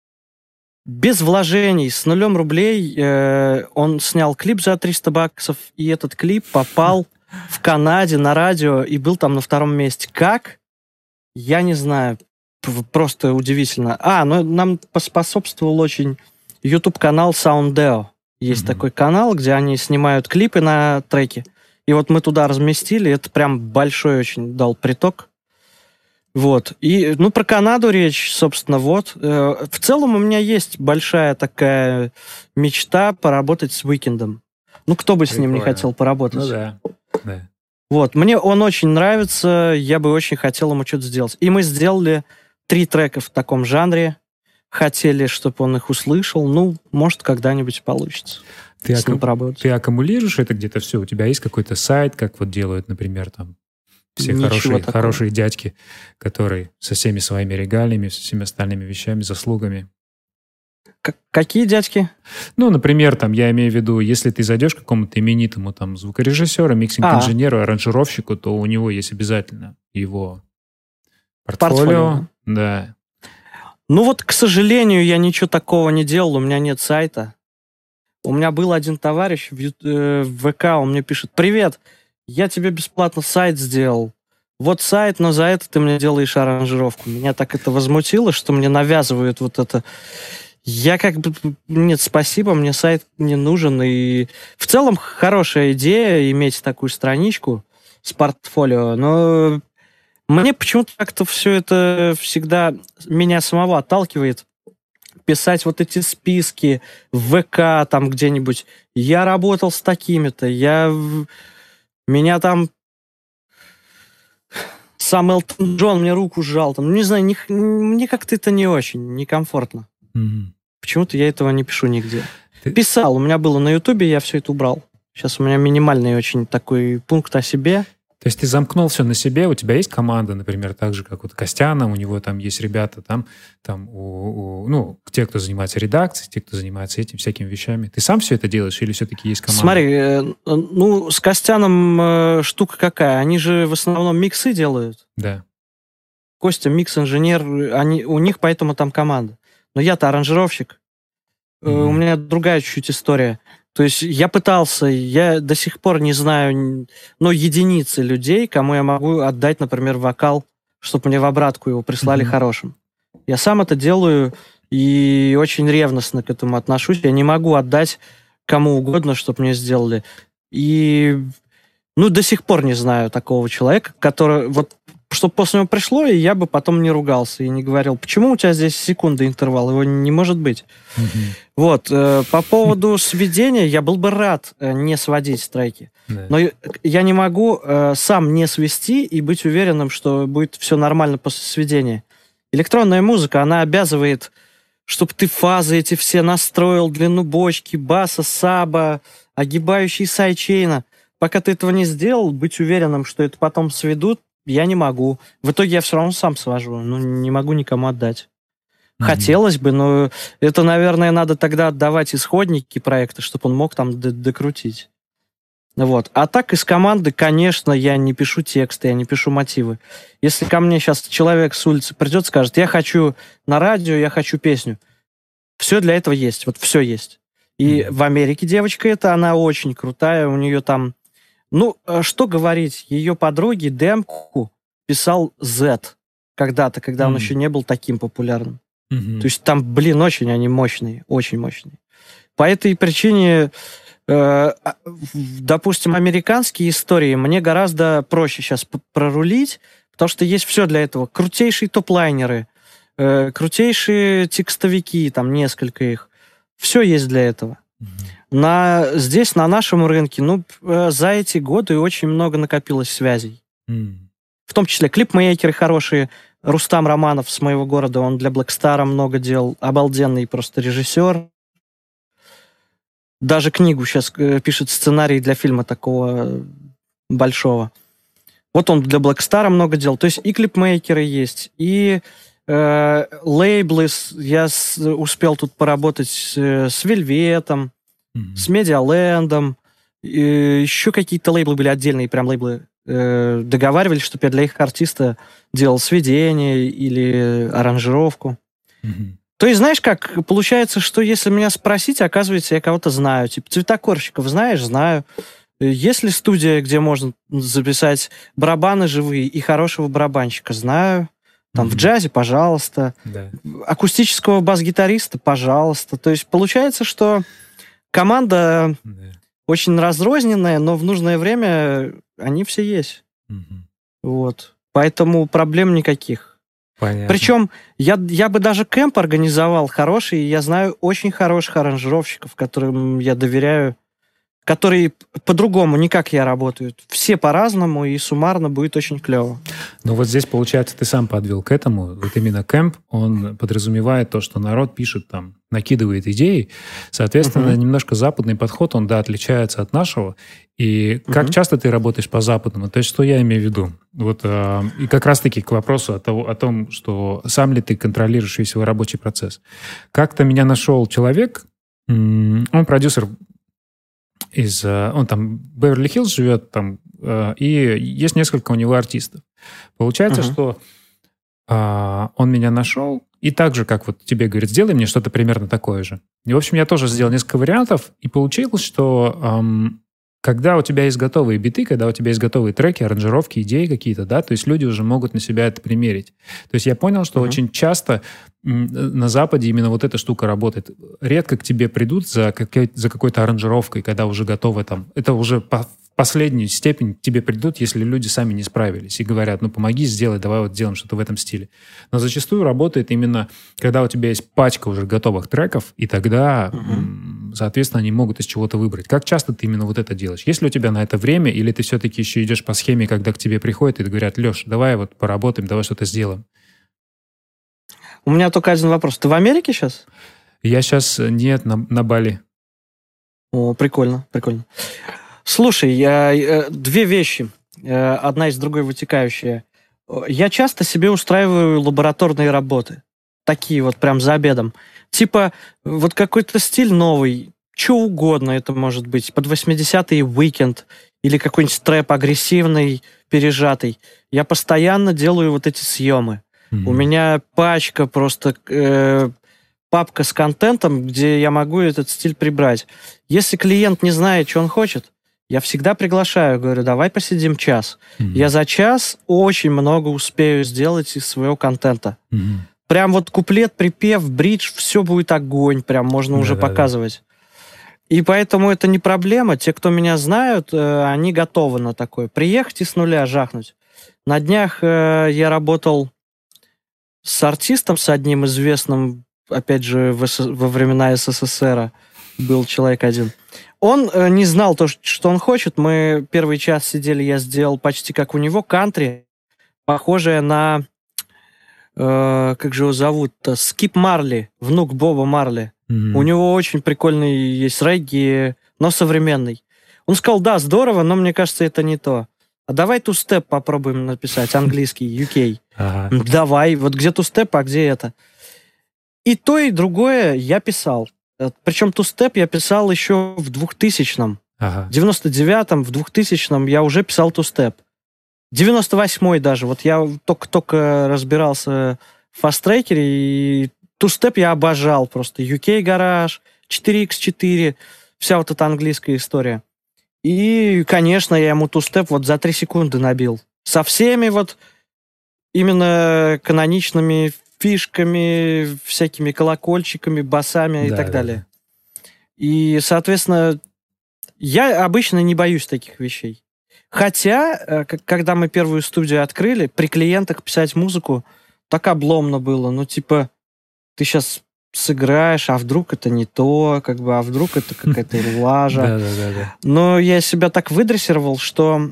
без вложений, с нулем рублей. Э, он снял клип за триста баксов, и этот клип попал в Канаде на радио и был там на втором месте. Как? Я не знаю. П- Просто удивительно. А, ну нам поспособствовал очень YouTube-канал Sounddeo. Есть Мгм. такой канал, где они снимают клипы на треки. И вот мы туда разместили. Это прям большой очень дал приток. Вот. И, ну, про Канаду речь, собственно, вот. Э, В целом у меня есть большая такая мечта поработать с Уикендом. Ну, кто бы с ним не Прикольно. хотел поработать. Ну да. Да. Вот. Мне он очень нравится, я бы очень хотел ему что-то сделать. И мы сделали три трека в таком жанре. Хотели, чтобы он их услышал. Ну, может, когда-нибудь получится Ты, с ним акку- поработать. ты аккумулируешь это где-то все? У тебя есть какой-то сайт, как вот делают, например, там все Ничего хорошие, такого. хорошие дядьки, которые со всеми своими регалиями, со всеми остальными вещами, заслугами. К- какие дядьки? Ну, например, там, я имею в виду, если ты зайдешь к какому-то именитому там звукорежиссеру, миксинг-инженеру, аранжировщику, то у него есть обязательно его портфолио. Портфолио, Да. Ну вот, к сожалению, я ничего такого не делал, у меня нет сайта. У меня был один товарищ в, ю- э, в ВК, он мне пишет: «Привет, я тебе бесплатно сайт сделал. Вот сайт, но за это ты мне делаешь аранжировку». Меня так это возмутило, что мне навязывают вот это. Я как бы... Нет, спасибо, мне сайт не нужен. И в целом хорошая идея иметь такую страничку с портфолио, но мне почему-то как-то все это всегда меня самого отталкивает. Писать вот эти списки в ВК там где-нибудь. Я работал с такими-то, я... в- Меня там сам Элтон Джон мне руку сжал. Там, не знаю, не х- мне как-то это не очень, некомфортно. Мгм. Почему-то я этого не пишу нигде. Ты- Писал, у меня было на Ютубе, я все это убрал. Сейчас у меня минимальный очень такой пункт о себе. То есть ты замкнул все на себе, у тебя есть команда, например, так же, как вот Костяна, у него там есть ребята, там, там у, у- ну, те, кто занимается редакцией, те, кто занимается этим, всякими вещами. Ты сам все это делаешь или все-таки есть команда? Смотри, э, ну, с Костяном э, штука какая? Они же в основном миксы делают. Да. Костя микс-инженер, они, у них поэтому там команда. Но я-то аранжировщик. Э, Мгм. У меня другая чуть-чуть история. То есть я пытался, я до сих пор не знаю, н- но единицы людей, кому я могу отдать, например, вокал, чтобы мне в обратку его прислали Мгм. хорошим. Я сам это делаю и очень ревностно к этому отношусь. Я не могу отдать кому угодно, чтобы мне сделали. И, ну, до сих пор не знаю такого человека, который, вот, чтобы после него пришло, и я бы потом не ругался и не говорил: почему у тебя здесь секунда интервал, его не может быть. Мгм. Вот, э, по поводу сведения, я был бы рад э, не сводить треки. Да. Но я- я не могу э, сам не свести и быть уверенным, что будет все нормально после сведения. Электронная музыка, она обязывает, чтобы ты фазы эти все настроил, длину бочки, баса, саба, огибающий сайдчейна. Пока ты этого не сделал, быть уверенным, что это потом сведут, я не могу. В итоге я все равно сам свожу, ну, не могу никому отдать. Мгм. Хотелось бы, но это, наверное, надо тогда отдавать исходники проекта, чтобы он мог там д- докрутить. Вот. А так из команды, конечно, я не пишу тексты, я не пишу мотивы. Если ко мне сейчас человек с улицы придет, скажет, я хочу на радио, я хочу песню. Все для этого есть, вот все есть. И mm-hmm. в Америке девочка эта, она очень крутая, у нее там... Ну, что говорить, ее подруге демку писал Z когда-то, когда mm-hmm. он еще не был таким популярным. Mm-hmm. То есть там, блин, очень они мощные, очень мощные. По этой причине... Допустим, американские истории мне гораздо проще сейчас прорулить, потому что есть все для этого. Крутейшие топ-лайнеры, крутейшие текстовики, там несколько их. Все есть для этого. Mm-hmm. На, здесь, на нашем рынке, ну, за эти годы очень много накопилось связей. Mm-hmm. В том числе клипмейкеры хорошие. Рустам Романов с моего города, он для Blackstar много делал. Обалденный просто режиссер. Даже книгу сейчас э, пишет, сценарий для фильма такого большого. Вот он для Blackstar много делал. То есть и клипмейкеры есть, и э, лейблы. Я с, успел тут поработать с, с Вельветом, mm-hmm. с Медиалендом. Еще какие-то лейблы были отдельные, прям лейблы. Э, договаривались, чтобы я для их артиста делал сведения или аранжировку. Mm-hmm. То есть, знаешь как, получается, что если меня спросить, оказывается, я кого-то знаю. Типа, цветокорщиков знаешь? Знаю. Есть ли студия, где можно записать барабаны живые и хорошего барабанщика? Знаю. Там mm-hmm. в джазе, пожалуйста. Да. Акустического бас-гитариста, пожалуйста. То есть, получается, что команда да. очень разрозненная, но в нужное время они все есть. Mm-hmm. Вот. Поэтому проблем никаких. Понятно. Причем я, я бы даже кэмп организовал хороший, я знаю очень хороших аранжировщиков, которым я доверяю, которые по-другому, не как я работают. Все по-разному, и суммарно будет очень клево. Ну вот здесь, получается, ты сам подвел к этому. Вот именно кэмп, он подразумевает то, что народ пишет там, накидывает идеи. Соответственно, uh-huh. немножко западный подход, он, да, отличается от нашего. И как uh-huh. часто ты работаешь по-западному? То есть, что я имею в виду? Вот, э, и как раз-таки к вопросу о, того, о том, что сам ли ты контролируешь весь свой рабочий процесс. Как-то меня нашел человек, м- он продюсер из... Он там в Беверли-Хиллз живет, там, э, и есть несколько у него артистов. Получается, uh-huh. что э, он меня нашел, и так же, как вот тебе говорит, сделай мне что-то примерно такое же. И, в общем, я тоже сделал несколько вариантов, и получилось, что эм, когда у тебя есть готовые биты, когда у тебя есть готовые треки, аранжировки, идеи какие-то, да, то есть люди уже могут на себя это примерить. То есть я понял, что uh-huh. очень часто на Западе именно вот эта штука работает. Редко к тебе придут за, какой- за какой-то аранжировкой, когда уже готовы там. Это уже по последнюю степень к тебе придут, если люди сами не справились и говорят, ну, помоги, сделай, давай вот сделаем что-то в этом стиле. Но зачастую работает именно, когда у тебя есть пачка уже готовых треков, и тогда, uh-huh. соответственно, они могут из чего-то выбрать. Как часто ты именно вот это делаешь? Есть ли у тебя на это время, или ты все-таки еще идешь по схеме, когда к тебе приходят и говорят, Леш, давай вот поработаем, давай что-то сделаем? У меня только один вопрос. Ты в Америке сейчас? Я сейчас, нет, на, на Бали. О, прикольно, прикольно. Слушай, я, две вещи, одна из другой вытекающая. Я часто себе устраиваю лабораторные работы. Такие вот прям за обедом. Типа вот какой-то стиль новый, что угодно это может быть. Под восьмидесятые Weekend или какой-нибудь трэп агрессивный, пережатый. Я постоянно делаю вот эти съемы. Mm-hmm. У меня пачка просто... Э, папка с контентом, где я могу этот стиль прибрать. Если клиент не знает, что он хочет, я всегда приглашаю, говорю, давай посидим час. Mm-hmm. Я за час очень много успею сделать из своего контента. Mm-hmm. Прям вот куплет, припев, бридж, все будет огонь, прям можно да, уже да, показывать. Да. И поэтому это не проблема. Те, кто меня знают, они готовы на такое. Приехать и с нуля жахнуть. На днях я работал с артистом, с одним известным, опять же, во времена СССР был человек один. Он э, не знал то, что он хочет. Мы первый час сидели, я сделал почти как у него, кантри, похожее на... Э, как же его зовут-то? Скип Марли, внук Боба Марли. Mm-hmm. У него очень прикольный есть регги, но современный. Он сказал, да, здорово, но мне кажется, это не то. А давай ту-степ попробуем написать, английский, ю кей. Ага. Давай, вот где ту-степ, а где это? И то, и другое я писал. Причем ту-степ я писал еще в двухтысячном. Ага. В девяносто девятом, в двухтысячном я уже писал тустеп. девяносто восьмой даже. Вот я только-только разбирался в фаст-трекере, и тустеп я обожал просто. ю кей Garage, четыре икс четыре, вся вот эта английская история. И, конечно, я ему тустеп вот за три секунды набил. Со всеми вот именно каноничными фишками, всякими колокольчиками, басами и Да, так да, далее. И, соответственно, я обычно не боюсь таких вещей. Хотя, когда мы первую студию открыли, при клиентах писать музыку так обломно было. Ну, типа, ты сейчас сыграешь, а вдруг это не то, как бы, а вдруг это какая-то лажа. Да, да, да, да. Но я себя так выдрессировал, что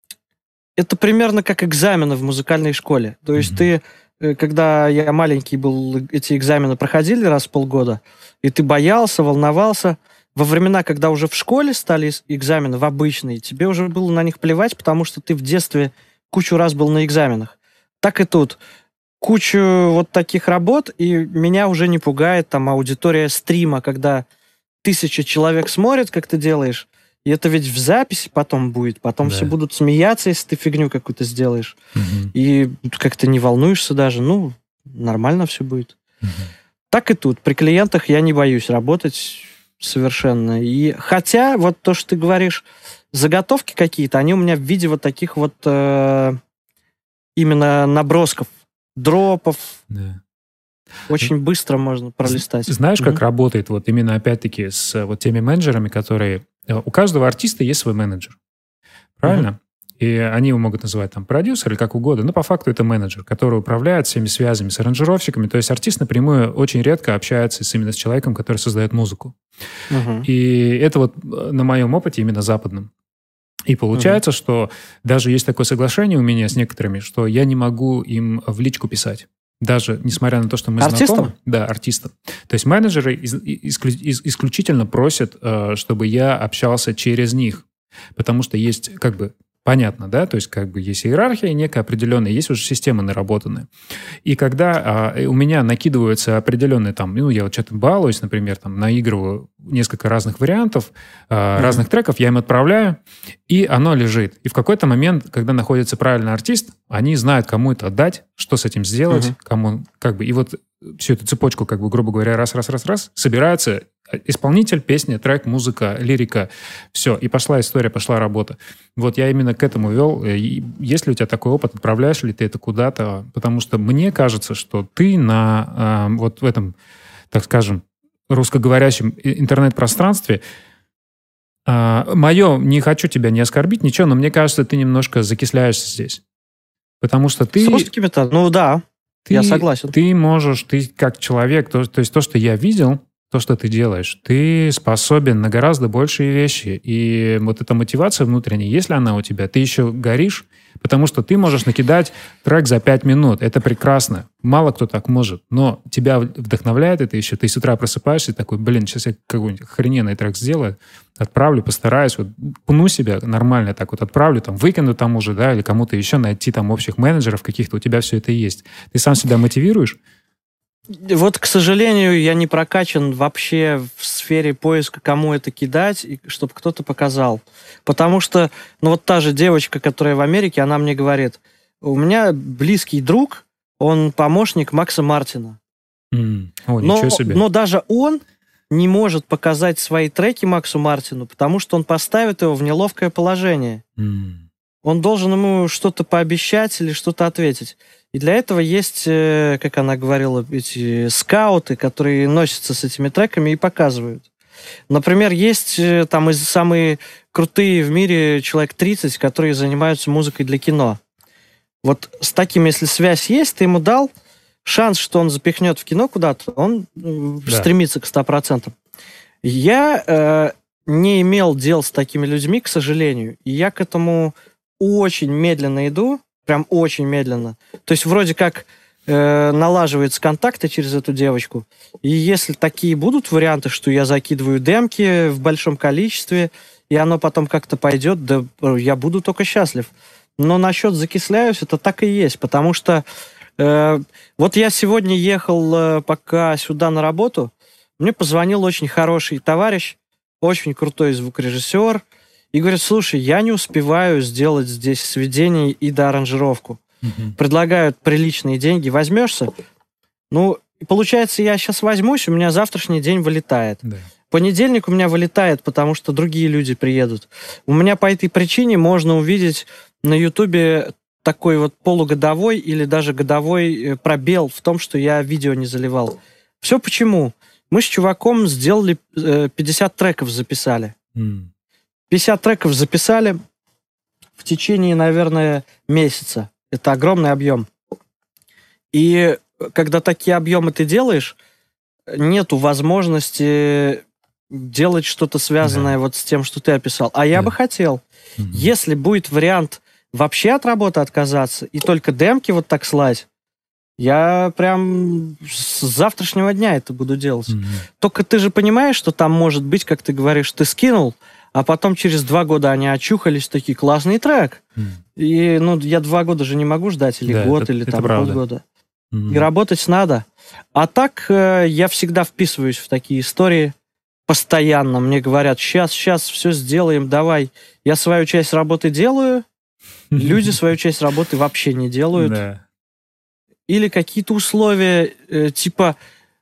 это примерно как экзамены в музыкальной школе. То есть ты, когда я маленький был, эти экзамены проходили раз в полгода, и ты боялся, волновался. Во времена, когда уже в школе стали экзамены, в обычные, тебе уже было на них плевать, потому что ты в детстве кучу раз был на экзаменах. Так и тут. Кучу вот таких работ, и меня уже не пугает там аудитория стрима, когда тысяча человек смотрят, как ты делаешь, и это ведь в записи потом будет, потом Да. все будут смеяться, если ты фигню какую-то сделаешь. Мгм. И как-то не волнуешься даже, ну, нормально все будет. Мгм. Так и тут. При клиентах я не боюсь работать совершенно. И хотя вот то, что ты говоришь, заготовки какие-то, они у меня в виде вот таких вот э, именно набросков, дропов. Да. Очень быстро можно пролистать. Знаешь, Мгм. как работает вот именно опять-таки с э, вот теми менеджерами, которые... э, У каждого артиста есть свой менеджер. Правильно? И они его могут называть там продюсер или как угодно, но по факту это менеджер, который управляет всеми связями с аранжировщиками. То есть артист напрямую очень редко общается с, именно с человеком, который создает музыку. Мгм. И это вот э, на моем опыте именно западном. И получается, что даже есть такое соглашение у меня с некоторыми, что я не могу им в личку писать. Даже несмотря на то, что мы Артистам? знакомы. Да, артистам. То есть менеджеры из- исклю- из- исключительно просят, э, чтобы я общался через них. Потому что есть как бы понятно, да, то есть как бы есть иерархия некая определенная, есть уже система наработанная. И когда а, у меня накидываются определенные там, ну, я вот что-то балуюсь, например, там, наигрываю несколько разных вариантов, а, Мгм. разных треков, я им отправляю, и оно лежит. И в какой-то момент, когда находится правильный артист, они знают, кому это отдать, что с этим сделать, Мгм. кому, как бы, и вот всю эту цепочку, как бы, грубо говоря, раз-раз-раз-раз, собирается исполнитель, песня, трек, музыка, лирика, все, и пошла история, пошла работа. Вот я именно к этому вел. И есть ли у тебя такой опыт, отправляешь ли ты это куда-то? Потому что мне кажется, что ты на э, вот в этом, так скажем, русскоговорящем интернет-пространстве, э, мое, не хочу тебя не оскорбить, ничего, но мне кажется, ты немножко закисляешься здесь. Потому что ты... С русскими-то? Ну да, ты, я согласен. Ты можешь, ты как человек, то, то есть то, что я видел, то, что ты делаешь, ты способен на гораздо большие вещи. И вот эта мотивация внутренняя, если она у тебя, ты еще горишь, потому что ты можешь накидать трек за пять минут. Это прекрасно. Мало кто так может. Но тебя вдохновляет это еще. Ты с утра просыпаешься и такой, блин, сейчас я какой-нибудь охрененный трек сделаю, отправлю, постараюсь, вот пну себя нормально так вот отправлю, там, выкину тому же, да, или кому-то еще найти там общих менеджеров каких-то. У тебя все это есть. Ты сам себя мотивируешь? Вот, к сожалению, я не прокачан вообще в сфере поиска, кому это кидать, и чтобы кто-то показал. Потому что, ну вот та же девочка, которая в Америке, она мне говорит, у меня близкий друг, он помощник Макса Мартина. Mm. О, но, ничего себе. но даже он не может показать свои треки Максу Мартину, потому что он поставит его в неловкое положение. Mm. Он должен ему что-то пообещать или что-то ответить. И для этого есть, как она говорила, эти скауты, которые носятся с этими треками и показывают. Например, есть там из самые крутые в мире человек тридцать, которые занимаются музыкой для кино. Вот с таким, если связь есть, ты ему дал шанс, что он запихнет в кино куда-то, он да. стремится к ста процентам. Я э, не имел дел с такими людьми, к сожалению, и я к этому очень медленно иду, прям очень медленно. То есть вроде как э, налаживаются контакты через эту девочку. И если такие будут варианты, что я закидываю демки в большом количестве, и оно потом как-то пойдет, да я буду только счастлив. Но насчет закисляюсь, это так и есть. Потому что э, вот я сегодня ехал э, пока сюда на работу, мне позвонил очень хороший товарищ, очень крутой звукорежиссер, и говорит, слушай, я не успеваю сделать здесь сведение и доаранжировку. Mm-hmm. Предлагают приличные деньги, возьмешься? Ну, получается, я сейчас возьмусь, у меня завтрашний день вылетает. Yeah. Понедельник у меня вылетает, потому что другие люди приедут. У меня по этой причине можно увидеть на Ютубе такой вот полугодовой или даже годовой пробел в том, что я видео не заливал. Все почему? Мы с чуваком сделали пятьдесят треков, записали. Mm. пятьдесят треков записали в течение, наверное, месяца. Это огромный объем. И когда такие объемы ты делаешь, нету возможности делать что-то связанное да. вот с тем, что ты описал. А я да. бы хотел. Mm-hmm. Если будет вариант вообще от работы отказаться и только демки вот так слать, я прям с завтрашнего дня это буду делать. Mm-hmm. Только ты же понимаешь, что там может быть, как ты говоришь, ты скинул, а потом через два года они очухались, такие, классный трек. Mm. И, ну, я два года же не могу ждать, или да, год, это, или это там правда. полгода. Mm. И работать надо. А так э, я всегда вписываюсь в такие истории постоянно. Мне говорят, сейчас, сейчас все сделаем, давай. Я свою часть работы делаю, люди свою часть работы вообще не делают. Или какие-то условия, э, типа...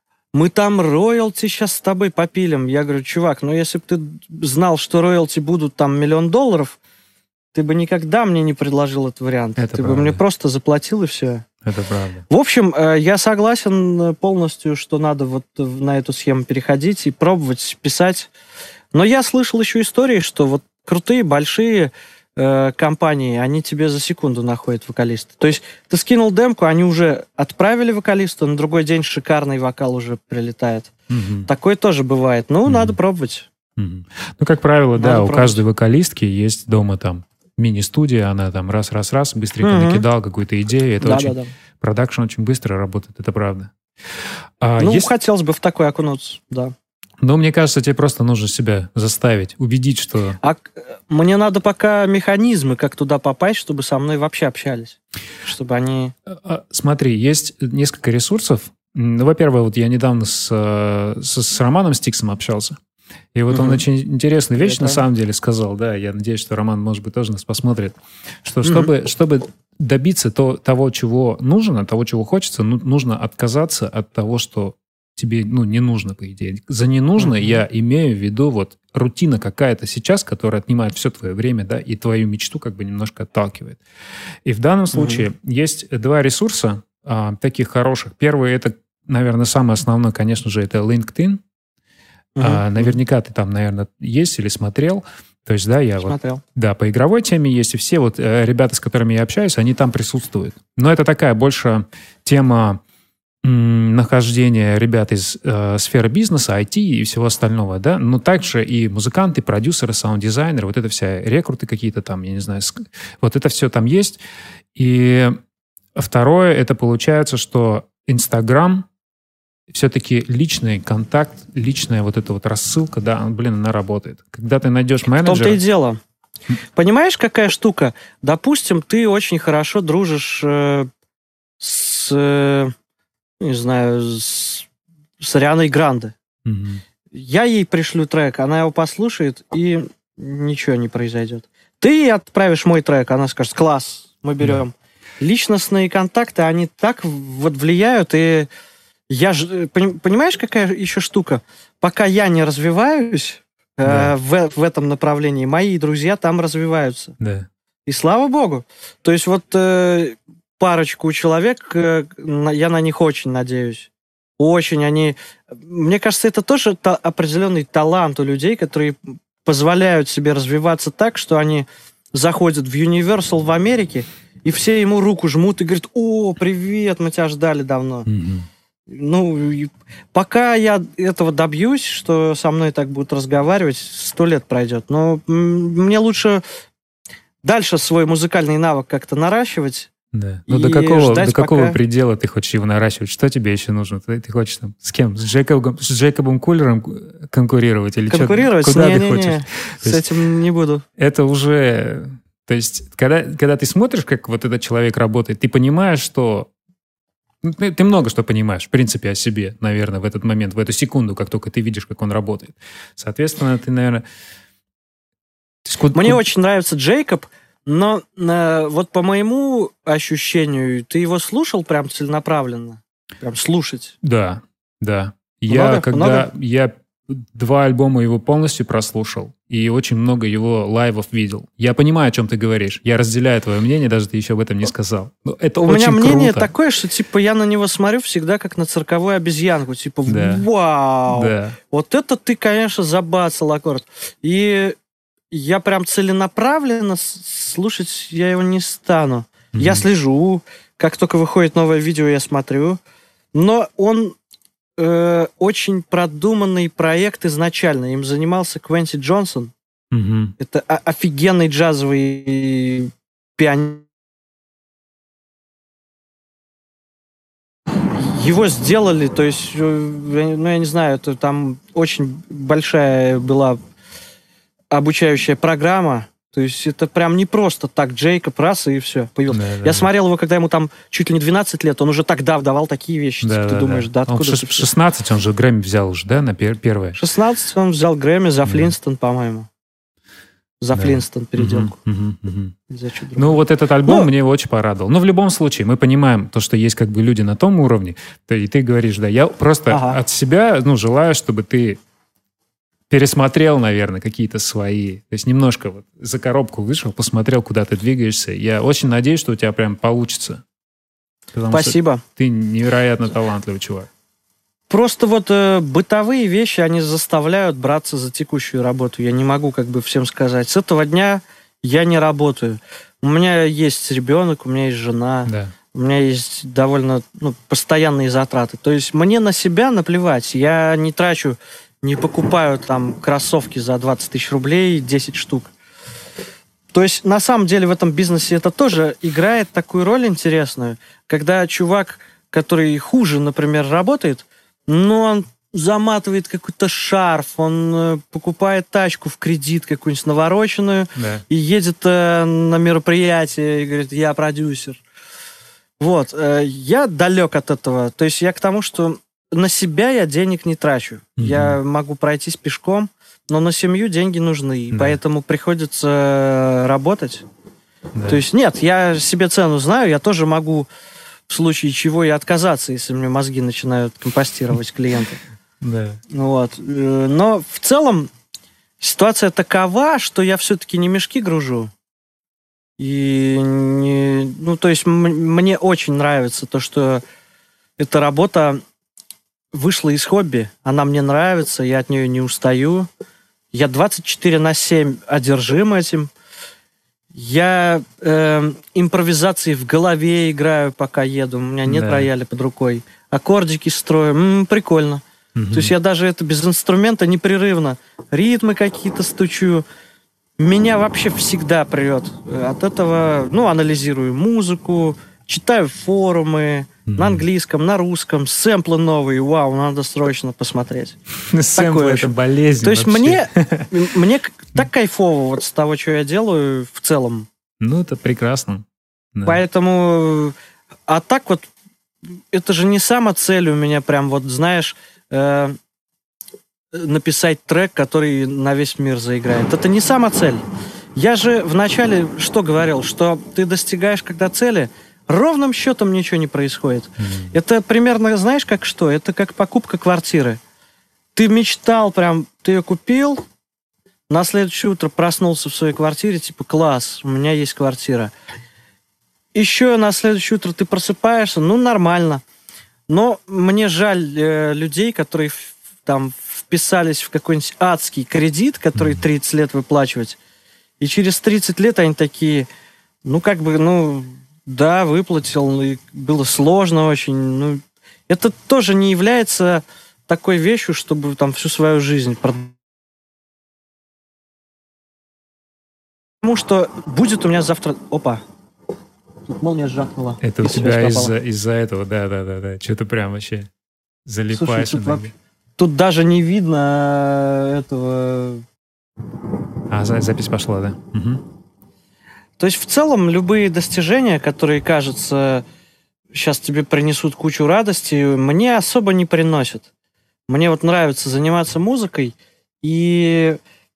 Мы там роялти сейчас с тобой попилим. Я говорю, чувак, ну если бы ты знал, что роялти будут там миллион долларов, ты бы никогда мне не предложил этот вариант. Это ты правда. бы мне просто заплатил, и все. Это правда. В общем, я согласен полностью, что надо вот на эту схему переходить и пробовать писать. Но я слышал еще истории, что вот крутые, большие компании, они тебе за секунду находят вокалиста. То есть ты скинул демку, они уже отправили вокалиста, на другой день шикарный вокал уже прилетает. Угу. Такое тоже бывает. Ну, угу. надо пробовать. Угу. Ну, как правило, надо да, пробовать. У каждой вокалистки есть дома там мини-студия, она там раз-раз-раз быстренько угу. накидала какую-то идею. Это да, очень... Да, да. Продакшн очень быстро работает, это правда. А, ну, есть... хотелось бы в такой окунуться, да. Но мне кажется, тебе просто нужно себя заставить, убедить, что... А мне надо пока механизмы, как туда попасть, чтобы со мной вообще общались. Чтобы они... Смотри, есть несколько ресурсов. Ну, во-первых, вот я недавно с, с, с Романом Стиксом общался. И вот угу. он очень интересную вещь, Это... на самом деле, сказал. Да, я надеюсь, что Роман, может быть, тоже нас посмотрит. Что угу. чтобы, чтобы добиться то, того, чего нужно, того, чего хочется, ну, нужно отказаться от того, что тебе, ну, не нужно, по идее. За ненужное mm-hmm. я имею в виду вот рутина какая-то сейчас, которая отнимает все твое время, да, и твою мечту как бы немножко отталкивает. И в данном случае mm-hmm. есть два ресурса а, таких хороших. Первый, это, наверное, самый основной, конечно же, это LinkedIn. Mm-hmm. А, наверняка ты там, наверное, есть или смотрел. То есть, да, я Смотрел. вот... Да, по игровой теме есть, и все вот э, ребята, с которыми я общаюсь, они там присутствуют. Но это такая больше тема нахождение ребят из э, сферы бизнеса, ай ти и всего остального, да, но также и музыканты, продюсеры, саунд-дизайнеры, вот это вся, рекруты какие-то там, я не знаю, вот это все там есть. И второе, это получается, что Инстаграм все-таки личный контакт, личная вот эта вот рассылка, да, блин, она работает. Когда ты найдешь менеджера... В том-то и дело. Понимаешь, какая штука? Допустим, ты очень хорошо дружишь э, с... Э, не знаю, с, с Арианой Гранде. Mm-hmm. Я ей пришлю трек, она его послушает, и ничего не произойдет. Ты отправишь мой трек, она скажет, класс, мы берем. Yeah. Личностные контакты, они так вот влияют, и я же... Понимаешь, какая еще штука? Пока я не развиваюсь yeah. э, в, в этом направлении, мои друзья там развиваются. Yeah. И слава богу. То есть вот... Э, парочку человек, я на них очень надеюсь. Очень они... Мне кажется, это тоже та- определенный талант у людей, которые позволяют себе развиваться так, что они заходят в Universal в Америке, и все ему руку жмут и говорят, о, привет, мы тебя ждали давно. Mm-hmm. Ну, пока я этого добьюсь, что со мной так будут разговаривать, сто лет пройдет. Но мне лучше дальше свой музыкальный навык как-то наращивать. Да. Ну, до какого, до какого пока... предела ты хочешь его наращивать? Что тебе еще нужно? Ты, ты хочешь там с кем? С Джейкобом, с Джейкобом Кулером конкурировать? Или конкурировать? Что? Куда не, ты не, хочешь? Не. С есть, этим не буду. Это уже... То есть, когда, когда ты смотришь, как вот этот человек работает, ты понимаешь, что Ты, ты много что понимаешь, в принципе, о себе, наверное, в этот момент, в эту секунду, как только ты видишь, как он работает. Соответственно, ты, наверное... Мне очень нравится Джейкоб, но э, вот по моему ощущению, ты его слушал прям целенаправленно? Прям слушать? Да, да. Много? Я когда... Много? Я два альбома его полностью прослушал и очень много его лайвов видел. Я понимаю, о чем ты говоришь. Я разделяю твое мнение, даже ты еще об этом не сказал. Но это У очень меня мнение круто. такое, что типа я на него смотрю всегда как на цирковую обезьянку. Типа, Да. вау! Да. Вот это ты, конечно, забацал аккорд. И я прям целенаправленно слушать я его не стану. Mm-hmm. Я слежу, как только выходит новое видео, я смотрю. Но он э, очень продуманный проект изначально. Им занимался Квинси Джонсон. Mm-hmm. Это о- офигенный джазовый пианист. Его сделали, то есть, ну, я не знаю, это там очень большая была обучающая программа. То есть это прям не просто так Джейкоб раз и все, появился. Да, да, я да. смотрел его, когда ему там чуть ли не двенадцать лет, он уже тогда вдавал такие вещи. Да, типа, да, ты думаешь, да, да откуда? Он в шестнадцать он же Грэмми взял уже, да, на пер- первое? шестнадцать он взял Грэмми за да. Флинстон, по-моему. За да. Флинстон переделку. Угу, угу, угу. За ну, вот этот альбом ну, мне очень порадовал. Но в любом случае, мы понимаем то, что есть как бы люди на том уровне, то, и ты говоришь, да, я просто ага. от себя, ну, желаю, чтобы ты пересмотрел, наверное, какие-то свои, то есть немножко вот за коробку вышел, посмотрел, куда ты двигаешься. Я очень надеюсь, что у тебя прям получится. Спасибо. Ты невероятно талантливый чувак. Просто вот э, бытовые вещи, они заставляют браться за текущую работу. Я не могу как бы всем сказать. С этого дня я не работаю. У меня есть ребенок, у меня есть жена, да. у меня есть довольно ну, постоянные затраты. То есть мне на себя наплевать. Я не трачу, не покупаю там кроссовки за двадцать тысяч рублей, десять штук. То есть на самом деле в этом бизнесе это тоже играет такую роль интересную, когда чувак, который хуже, например, работает, но он заматывает какой-то шарф, он э, покупает тачку в кредит какую-нибудь навороченную да. и едет э, на мероприятие и говорит, я продюсер. Вот. Э, я далек от этого. То есть я к тому, что на себя я денег не трачу. Mm-hmm. Я могу пройтись пешком, но на семью деньги нужны. И да. поэтому приходится работать. Да. То есть нет, я себе цену знаю, я тоже могу в случае чего и отказаться, если мне мозги начинают компостировать клиенты. Да. Вот. Но в целом ситуация такова, что я все-таки не мешки гружу. И не, ну, то есть м- мне очень нравится то, что эта работа вышла из хобби. Она мне нравится, я от нее не устаю. Я двадцать четыре на семь одержим этим. Я э, импровизации в голове играю, пока еду. У меня нет да. рояля под рукой. Аккордики строю. М-м, прикольно. Угу. То есть я даже это без инструмента непрерывно. Ритмы какие-то стучу. Меня вообще всегда прет. От этого, ну, анализирую музыку, читаю форумы угу. на английском, на русском, сэмплы новые. Вау, надо срочно посмотреть. Сэмплы — это болезнь. То есть мне, мне так кайфово вот с того, что я делаю в целом. Ну, это прекрасно. Да. Поэтому... А так вот, это же не сама цель у меня прям вот, знаешь... Э, написать трек, который на весь мир заиграет. Это не сама цель. Я же вначале что говорил? Что ты достигаешь когда цели, ровным счетом ничего не происходит. Mm-hmm. Это примерно, знаешь, как что? Это как покупка квартиры. Ты мечтал прям, ты ее купил, на следующее утро проснулся в своей квартире, типа, класс, у меня есть квартира. Еще на следующее утро ты просыпаешься, ну, нормально. Но мне жаль э, людей, которые там вписались в какой-нибудь адский кредит, который тридцать лет выплачивать, и через тридцать лет они такие, ну, как бы, ну, да, выплатил, и было сложно очень. Ну, это тоже не является такой вещью, чтобы там всю свою жизнь продать. Потому что будет у меня завтра... Опа! Тут молния сжахнула. Это у тебя из-за, из-за этого, да-да-да. Что-то прям вообще залипаешь. Слушай, тут, тут даже не видно этого... А, запись пошла, да? Угу. То есть в целом любые достижения, которые кажутся сейчас тебе принесут кучу радости, мне особо не приносят. Мне вот нравится заниматься музыкой, и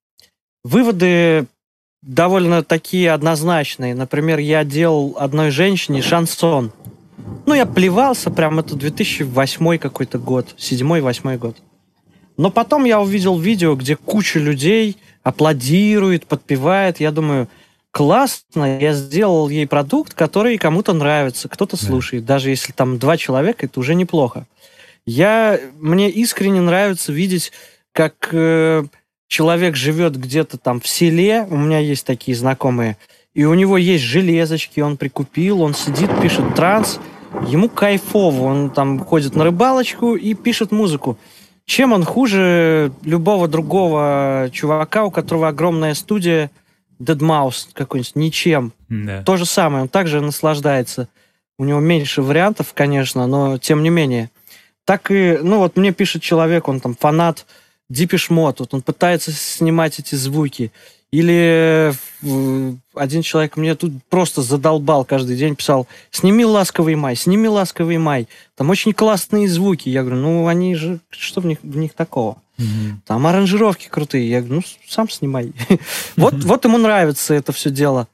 выводы довольно такие однозначные. Например, я делал одной женщине шансон. Ну, я плевался, прям это две тысячи восьмой какой-то год, седьмой-восьмой год. Но потом я увидел видео, где куча людей аплодирует, подпевает. Я думаю, классно, я сделал ей продукт, который кому-то нравится, кто-то слушает. Да. Даже если там два человека, это уже неплохо. Я, мне искренне нравится видеть, как э, человек живет где-то там в селе. У меня есть такие знакомые. И у него есть железочки, он прикупил, он сидит, пишет транс. Ему кайфово, он там ходит на рыбалочку и пишет музыку. Чем он хуже любого другого чувака, у которого огромная студия, Deadmau5 какой-нибудь? Ничем. Да. То же самое, он также наслаждается. У него меньше вариантов, конечно, но тем не менее. Так и, ну вот мне пишет человек, он там фанат Depeche Mode, вот он пытается снимать эти звуки. Или один человек мне тут просто задолбал каждый день, писал: сними «Ласковый май», сними «Ласковый май». Там очень классные звуки. Я говорю, ну они же, что в них, в них такого? Mm-hmm. Там аранжировки крутые. Я говорю, ну сам снимай. вот, вот ему нравится это все дело.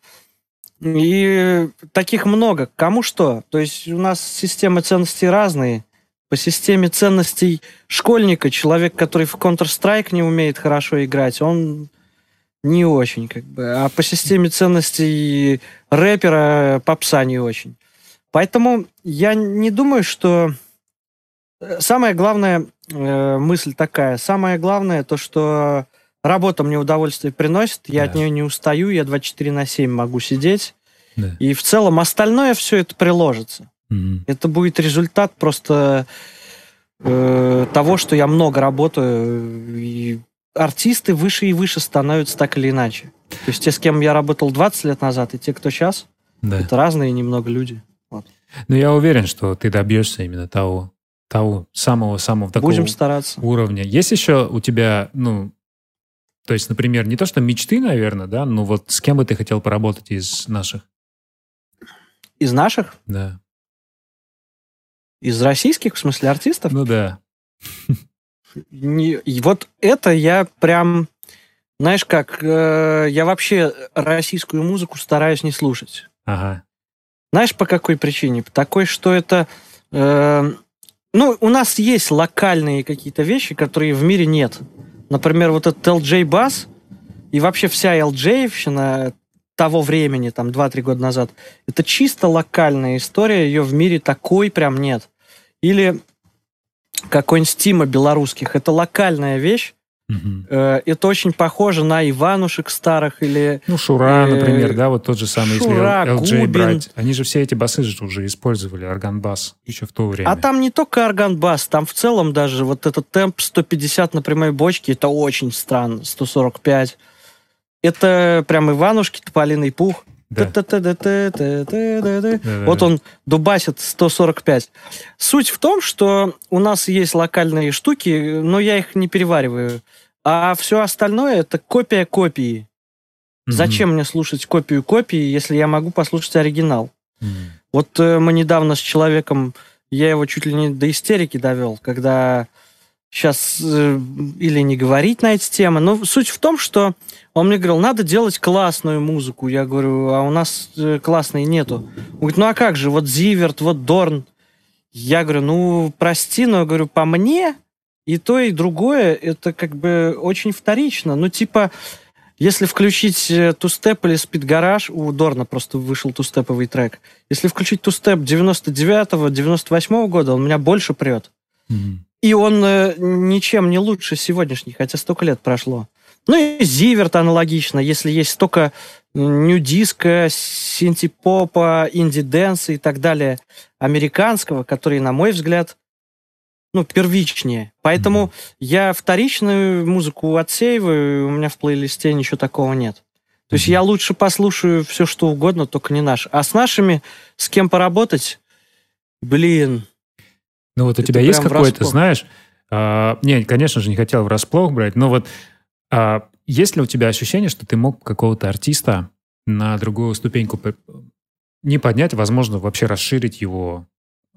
И таких много. Кому что? То есть у нас системы ценностей разные. По системе ценностей школьника человек, который в Counter-Strike не умеет хорошо играть, он... не очень, как бы. А по системе ценностей рэпера попса не очень. Поэтому я не думаю, что... Самая главная э, мысль такая. Самое главное то, что работа мне удовольствие приносит, я да. от нее не устаю, я двадцать четыре на семь могу сидеть. Да. И в целом остальное все это приложится. Mm-hmm. Это будет результат просто э, того, что я много работаю и артисты выше и выше становятся так или иначе. То есть те, с кем я работал двадцать лет назад, и те, кто сейчас, да. это разные немного люди. Вот. Но я уверен, что ты добьешься именно того, того самого-самого такого Будем стараться. уровня. Есть еще у тебя, ну, то есть, например, не то, что мечты, наверное, да, но вот с кем бы ты хотел поработать из наших? Из наших? Да. Из российских, в смысле, артистов? Ну да. Не, и вот это я прям, знаешь как, э, я вообще российскую музыку стараюсь не слушать. Ага. Знаешь, по какой причине? По такой, что это... Э, ну, у нас есть локальные какие-то вещи, которые в мире нет. Например, вот этот эл джей Bass и вообще вся эл джей-евщина того времени, там, два-три года назад, это чисто локальная история, ее в мире такой прям нет. Или... какой-нибудь Тима белорусских. Это локальная вещь. Uh-huh. Э, это очень похоже на Иванушек старых или... Ну, Шура, э, например, да, вот тот же самый, Шура, если эл джей Губин. брать. Они же все эти басы же уже использовали, орган-бас, еще в то время. А там не только орган-бас, там в целом даже вот этот темп сто пятьдесят на прямой бочке, это очень странно, сто сорок пять. Это прям Иванушки, Тополиный пух. Да. Вот он дубасит сто сорок пять. Суть в том, что у нас есть локальные штуки, но я их не перевариваю. А все остальное — это копия копии. Mm-hmm. Зачем мне слушать копию копии, если я могу послушать оригинал? Mm-hmm. Вот э, мы недавно с человеком, я его чуть ли не до истерики довел, когда сейчас э, или не говорить на эти темы, но суть в том, что он мне говорил, надо делать классную музыку. Я говорю, а у нас э, классной нету. Он говорит, ну а как же, вот Зиверт, вот Дорн. Я говорю, ну прости, но я говорю, по мне и то, и другое, это как бы очень вторично. Ну типа, если включить тустеп или спид-гараж, у Дорна просто вышел тустеповый трек. Если включить тустеп девяносто девятого девяносто восьмого года, он меня больше прет. Mm-hmm. И он э, ничем не лучше сегодняшний, хотя столько лет прошло. Ну и Зиверт аналогично, если есть столько нью-диска, синти-попа, инди-дэнса и так далее американского, которые, на мой взгляд, ну, первичнее. Поэтому mm-hmm. я вторичную музыку отсеиваю, у меня в плейлисте ничего такого нет. То mm-hmm. есть я лучше послушаю все, что угодно, только не наш. А с нашими, с кем поработать, блин... Ну вот у тебя есть какой-то, знаешь, а, не, конечно же, не хотел врасплох брать, но вот а, есть ли у тебя ощущение, что ты мог какого-то артиста на другую ступеньку не поднять, возможно, вообще расширить его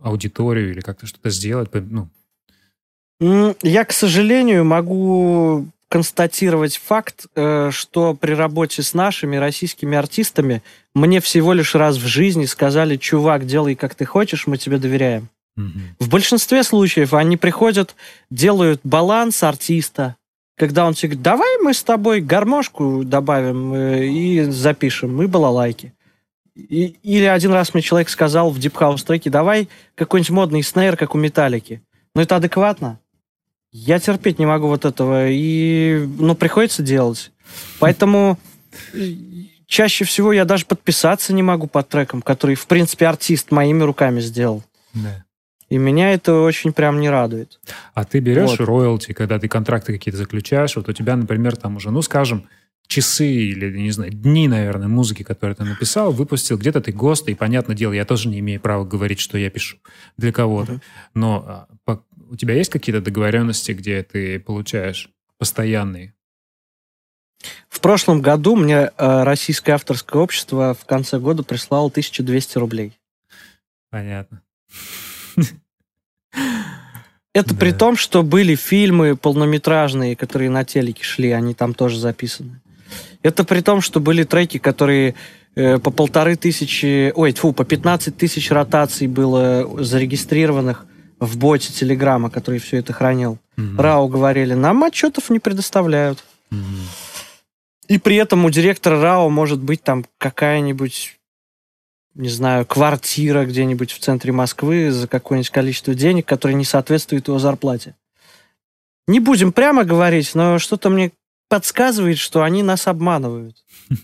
аудиторию или как-то что-то сделать? Ну. Я, к сожалению, могу констатировать факт, что при работе с нашими российскими артистами мне всего лишь раз в жизни сказали: чувак, делай как ты хочешь, мы тебе доверяем. Угу. В большинстве случаев они приходят, делают баланс артиста, когда он тебе говорит: давай мы с тобой гармошку добавим и запишем, и балалайки. И, или один раз мне человек сказал в дип-хаус треке: давай какой-нибудь модный снейр, как у Металлики. Но это адекватно. Я терпеть не могу вот этого, и, ну, приходится делать. Поэтому чаще всего я даже подписаться не могу под треком, который, в принципе, артист моими руками сделал. Да. И меня это очень прям не радует. А ты берешь вот роялти, когда ты контракты какие-то заключаешь, вот у тебя, например, там уже, ну, скажем, часы или, не знаю, дни, наверное, музыки, которые ты написал, выпустил, где-то ты ГОСТ, и, понятное дело, я тоже не имею права говорить, что я пишу для кого-то. Mm-hmm. Но по, у тебя есть какие-то договоренности, где ты получаешь постоянные? В прошлом году мне э, Российское авторское общество в конце года прислало тысячу двести рублей. Понятно. Это да. При том, что были фильмы полнометражные, которые на телеке шли, они там тоже записаны. Это при том, что были треки, которые э, по полторы тысячи, ой, тьфу, по пятнадцать тысяч ротаций было зарегистрированных в боте Телеграма, который все это хранил. Mm-hmm. РАО говорили: нам отчетов не предоставляют. Mm-hmm. И при этом у директора РАО может быть там какая-нибудь, не знаю, квартира где-нибудь в центре Москвы за какое-нибудь количество денег, которое не соответствует его зарплате. Не будем прямо говорить, но что-то мне подсказывает, что они нас обманывают.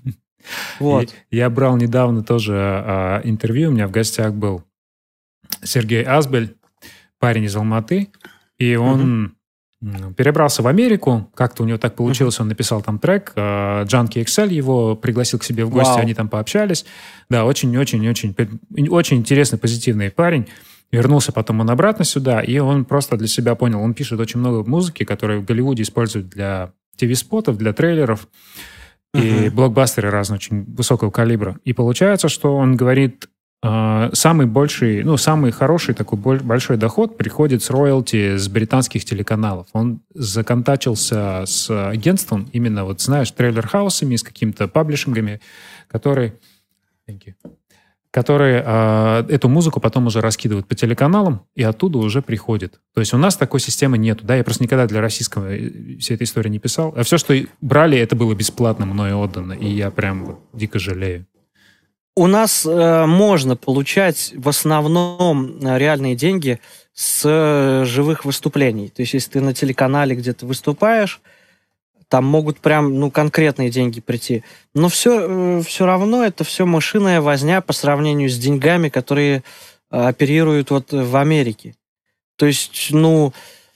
Вот. Я брал недавно тоже а, интервью, у меня в гостях был Сергей Азбель, парень из Алматы, и он uh-huh. перебрался в Америку, как-то у него так получилось, uh-huh. он написал там трек, Джанки икс эль его пригласил к себе в гости, wow. они там пообщались. Да, очень-очень-очень очень интересный, позитивный парень. Вернулся потом он обратно сюда, и он просто для себя понял, он пишет очень много музыки, которую в Голливуде используют для ти ви-спотов, для трейлеров, uh-huh. и блокбастеры разные, очень высокого калибра. И получается, что он говорит, э, самый большой, ну, самый хороший такой большой доход приходит с роялти с британских телеканалов. Он законтачился с агентством, именно, вот знаешь, трейлер-хаусами, с какими-то паблишингами, которые... Thank you. которые э, эту музыку потом уже раскидывают по телеканалам, и оттуда уже приходит. То есть у нас такой системы нету. Да, я просто никогда для российского всей этой истории не писал. А все, что брали, это было бесплатно мною отдано. И я прям вот дико жалею. У нас э, можно получать в основном реальные деньги с э, живых выступлений. То есть если ты на телеканале где-то выступаешь, там могут прям, ну, конкретные деньги прийти. Но все, все равно это все мышиная возня по сравнению с деньгами, которые оперируют вот в Америке. То есть, ну,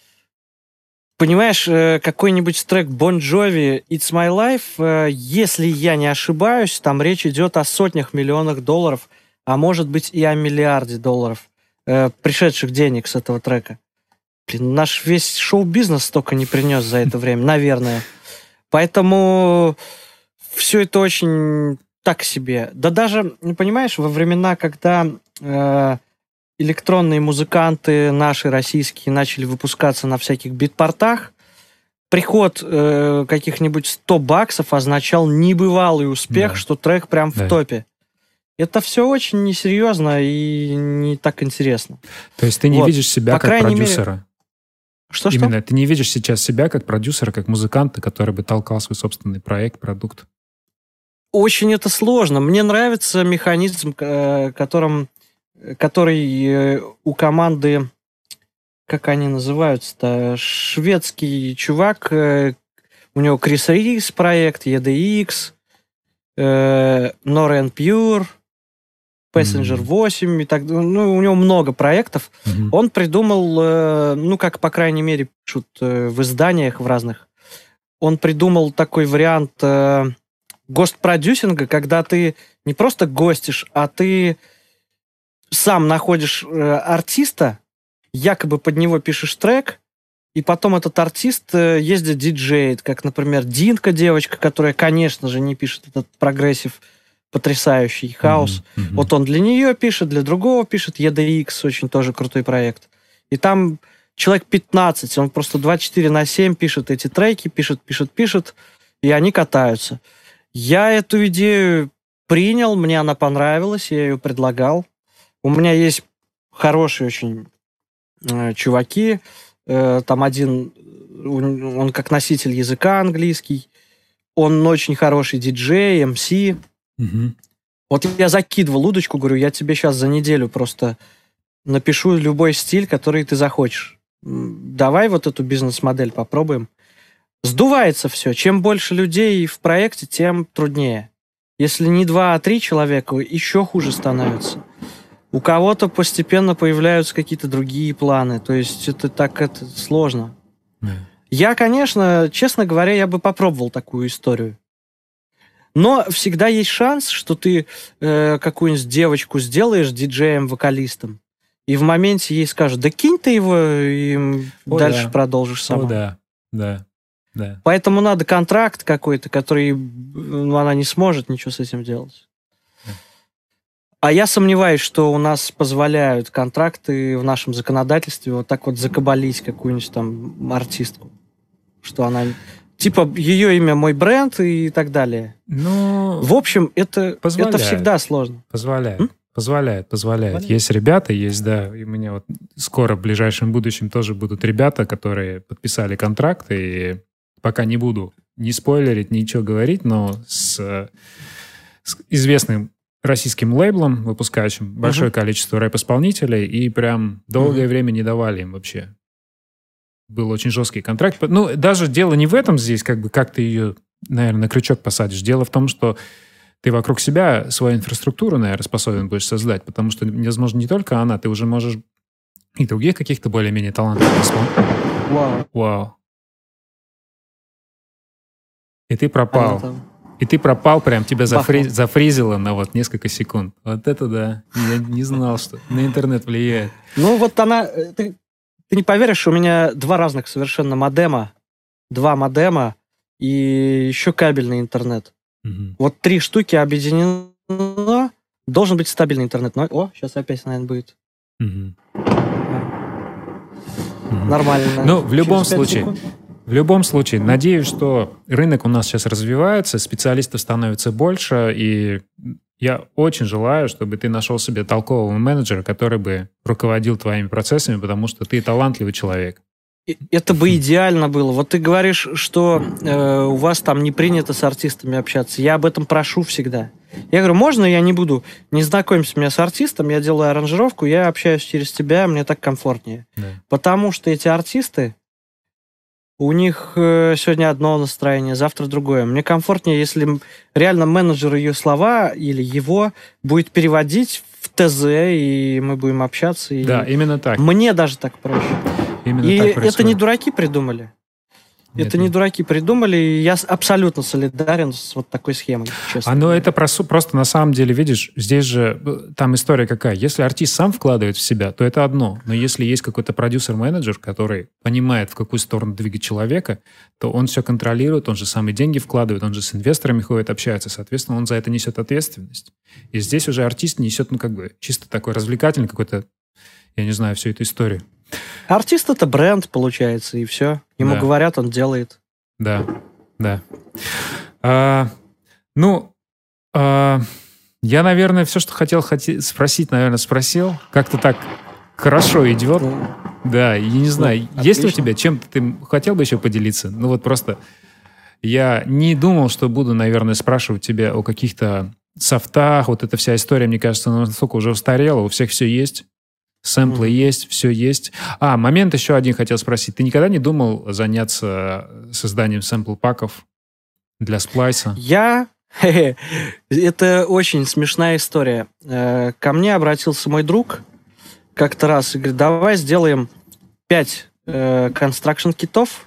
понимаешь, какой-нибудь трек Bon Jovi «It's My Life», если я не ошибаюсь, там речь идет о сотнях миллионах долларов, а может быть и о миллиарде долларов, пришедших денег с этого трека. Блин, наш весь шоу-бизнес столько не принес за это время, наверное. Поэтому все это очень так себе. Да даже, понимаешь, во времена, когда э, электронные музыканты наши российские начали выпускаться на всяких битпортах, приход э, каких-нибудь сто баксов означал небывалый успех, да. что трек прям да. в топе. Это все очень несерьезно и не так интересно. То есть ты не вот. видишь себя По как продюсера? Мере... Что-что? Именно, ты не видишь сейчас себя как продюсера, как музыканта, который бы толкал свой собственный проект, продукт? Очень это сложно. Мне нравится механизм, которым, который у команды, как они называются-то, шведский чувак, у него Крис Рис проект, и ди икс, Nora and Pure, Passenger mm-hmm. восемь и так далее. Ну, у него много проектов. Mm-hmm. Он придумал, ну, как, по крайней мере, пишут в изданиях в разных, он придумал такой вариант гост-продюсинга, когда ты не просто гостишь, а ты сам находишь артиста, якобы под него пишешь трек, и потом этот артист ездит диджеет, как, например, Динка, девочка, которая, конечно же, не пишет этот прогрессив потрясающий хаос. Mm-hmm. Mm-hmm. Вот он для нее пишет, для другого пишет, и ди икс, очень тоже крутой проект. И там человек пятнадцать, он просто двадцать четыре на семь пишет эти треки, пишет, пишет, пишет, и они катаются. Я эту идею принял, мне она понравилась, я ее предлагал. У меня есть хорошие очень э, чуваки, э, там один, он, он как носитель языка английский, он очень хороший диджей, эм си. Угу. Вот я закидывал удочку, говорю, я тебе сейчас за неделю просто напишу любой стиль, который ты захочешь. Давай вот эту бизнес-модель попробуем. Сдувается все. Чем больше людей в проекте, тем труднее. Если не два, а три человека, еще хуже становится. У кого-то постепенно появляются какие-то другие планы. То есть это так это сложно. Mm. Я, конечно, честно говоря, я бы попробовал такую историю. Но всегда есть шанс, что ты э, какую-нибудь девочку сделаешь диджеем-вокалистом, и в моменте ей скажут, да кинь ты его, и О, дальше да. продолжишь сама. О, да, да, да. Поэтому надо контракт какой-то, который ну, она не сможет ничего с этим делать. Да. А я сомневаюсь, что у нас позволяют контракты в нашем законодательстве вот так вот закабалить какую-нибудь там артистку. Что она... Типа, ее имя мой бренд и так далее. Ну, в общем, это, это всегда сложно. Позволяет. М? Позволяет, позволяет. Позволяет. Есть ребята, есть, да, и у меня вот скоро, в ближайшем будущем тоже будут ребята, которые подписали контракт, и пока не буду ни спойлерить, ничего говорить, но с, с известным российским лейблом, выпускающим большое uh-huh. количество рэп-исполнителей, и прям долгое uh-huh. время не давали им вообще. Был очень жесткий контракт. Ну, даже дело не в этом здесь, как бы, как ты ее, наверное, на крючок посадишь. Дело в том, что ты вокруг себя свою инфраструктуру, наверное, способен будешь создать, потому что, возможно, не только она, ты уже можешь и других каких-то более-менее талантливых исполнителей. Вау. Вау. И ты пропал. И ты пропал, прям тебя зафри... зафризило на вот несколько секунд. Вот это да. Я не знал, что на интернет влияет. Ну, вот она... Ты, ты не поверишь, у меня два разных совершенно модема. Два модема и еще кабельный интернет. Угу. Вот три штуки объединено. Должен быть стабильный интернет. Но... О, сейчас опять, наверное, будет. Угу. Нормально. Ну, в любом случае... Секунд. В любом случае, надеюсь, что рынок у нас сейчас развивается, специалистов становится больше, и я очень желаю, чтобы ты нашел себе толкового менеджера, который бы руководил твоими процессами, потому что ты талантливый человек. Это бы идеально было. Вот ты говоришь, что э, у вас там не принято с артистами общаться. Я об этом прошу всегда. Я говорю, можно я не буду, не знакомься меня с артистом, я делаю аранжировку, я общаюсь через тебя, мне так комфортнее. Да. Потому что эти артисты, у них э, сегодня одно настроение, завтра другое. Мне комфортнее, если реально менеджер ее слова или его будет переводить в ТЗ, и мы будем общаться. И да, именно так. Мне даже так проще. Именно и так происходит. Это не дураки придумали. Нет, это не нет. дураки придумали, и я абсолютно солидарен с вот такой схемой, честно. А, ну, это просто, просто на самом деле, видишь, здесь же там история какая. Если артист сам вкладывает в себя, то это одно. Но если есть какой-то продюсер-менеджер, который понимает, в какую сторону двигать человека, то он все контролирует, он же самые деньги вкладывает, он же с инвесторами ходит, общается. Соответственно, он за это несет ответственность. И здесь уже артист несет, ну, как бы, чисто такой развлекательный какой-то, я не знаю, всю эту историю. Артист — это бренд, получается, и все. Ему да. говорят, он делает. Да, да. А, ну, а, я, наверное, все, что хотел хоти- спросить, наверное, спросил. Как-то так хорошо идет. Ну, да, я не знаю, ну, есть ли у тебя чем-то ты хотел бы еще поделиться? Ну вот просто я не думал, что буду, наверное, спрашивать тебя о каких-то софтах. Вот эта вся история, мне кажется, настолько уже устарела, у всех все есть. Сэмплы mm-hmm. есть, все есть. А, момент еще один хотел спросить. Ты никогда не думал заняться созданием сэмпл-паков для сплайса? Я... Это очень смешная история. Ко мне обратился мой друг как-то раз и говорит, давай сделаем пять констракшн-китов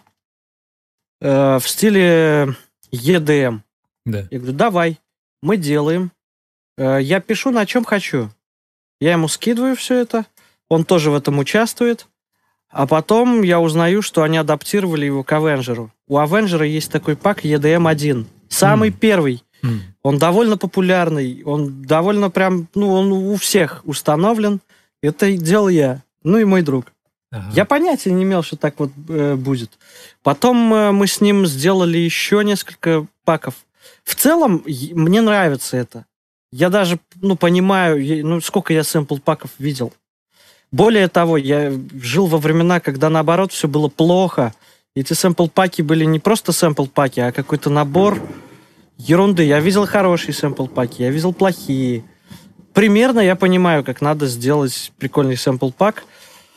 в стиле и ди эм. Да. Я говорю, давай, мы делаем. Я пишу на чем хочу. Я ему скидываю все это. Он тоже в этом участвует. А потом я узнаю, что они адаптировали его к Avenger. У Avenger есть такой пак и ди эм один. Самый mm. первый. Mm. Он довольно популярный, он довольно прям, ну, он у всех установлен. Это делал я, ну и мой друг. Ага. Я понятия не имел, что так вот э, будет. Потом э, мы с ним сделали еще несколько паков. В целом, е- мне нравится это. Я даже, ну, понимаю, я, ну, сколько я сэмпл-паков видел. Более того, я жил во времена, когда, наоборот, все было плохо. Эти сэмпл-паки были не просто сэмпл-паки, а какой-то набор ерунды. Я видел хорошие сэмпл-паки, я видел плохие. Примерно я понимаю, как надо сделать прикольный сэмпл-пак.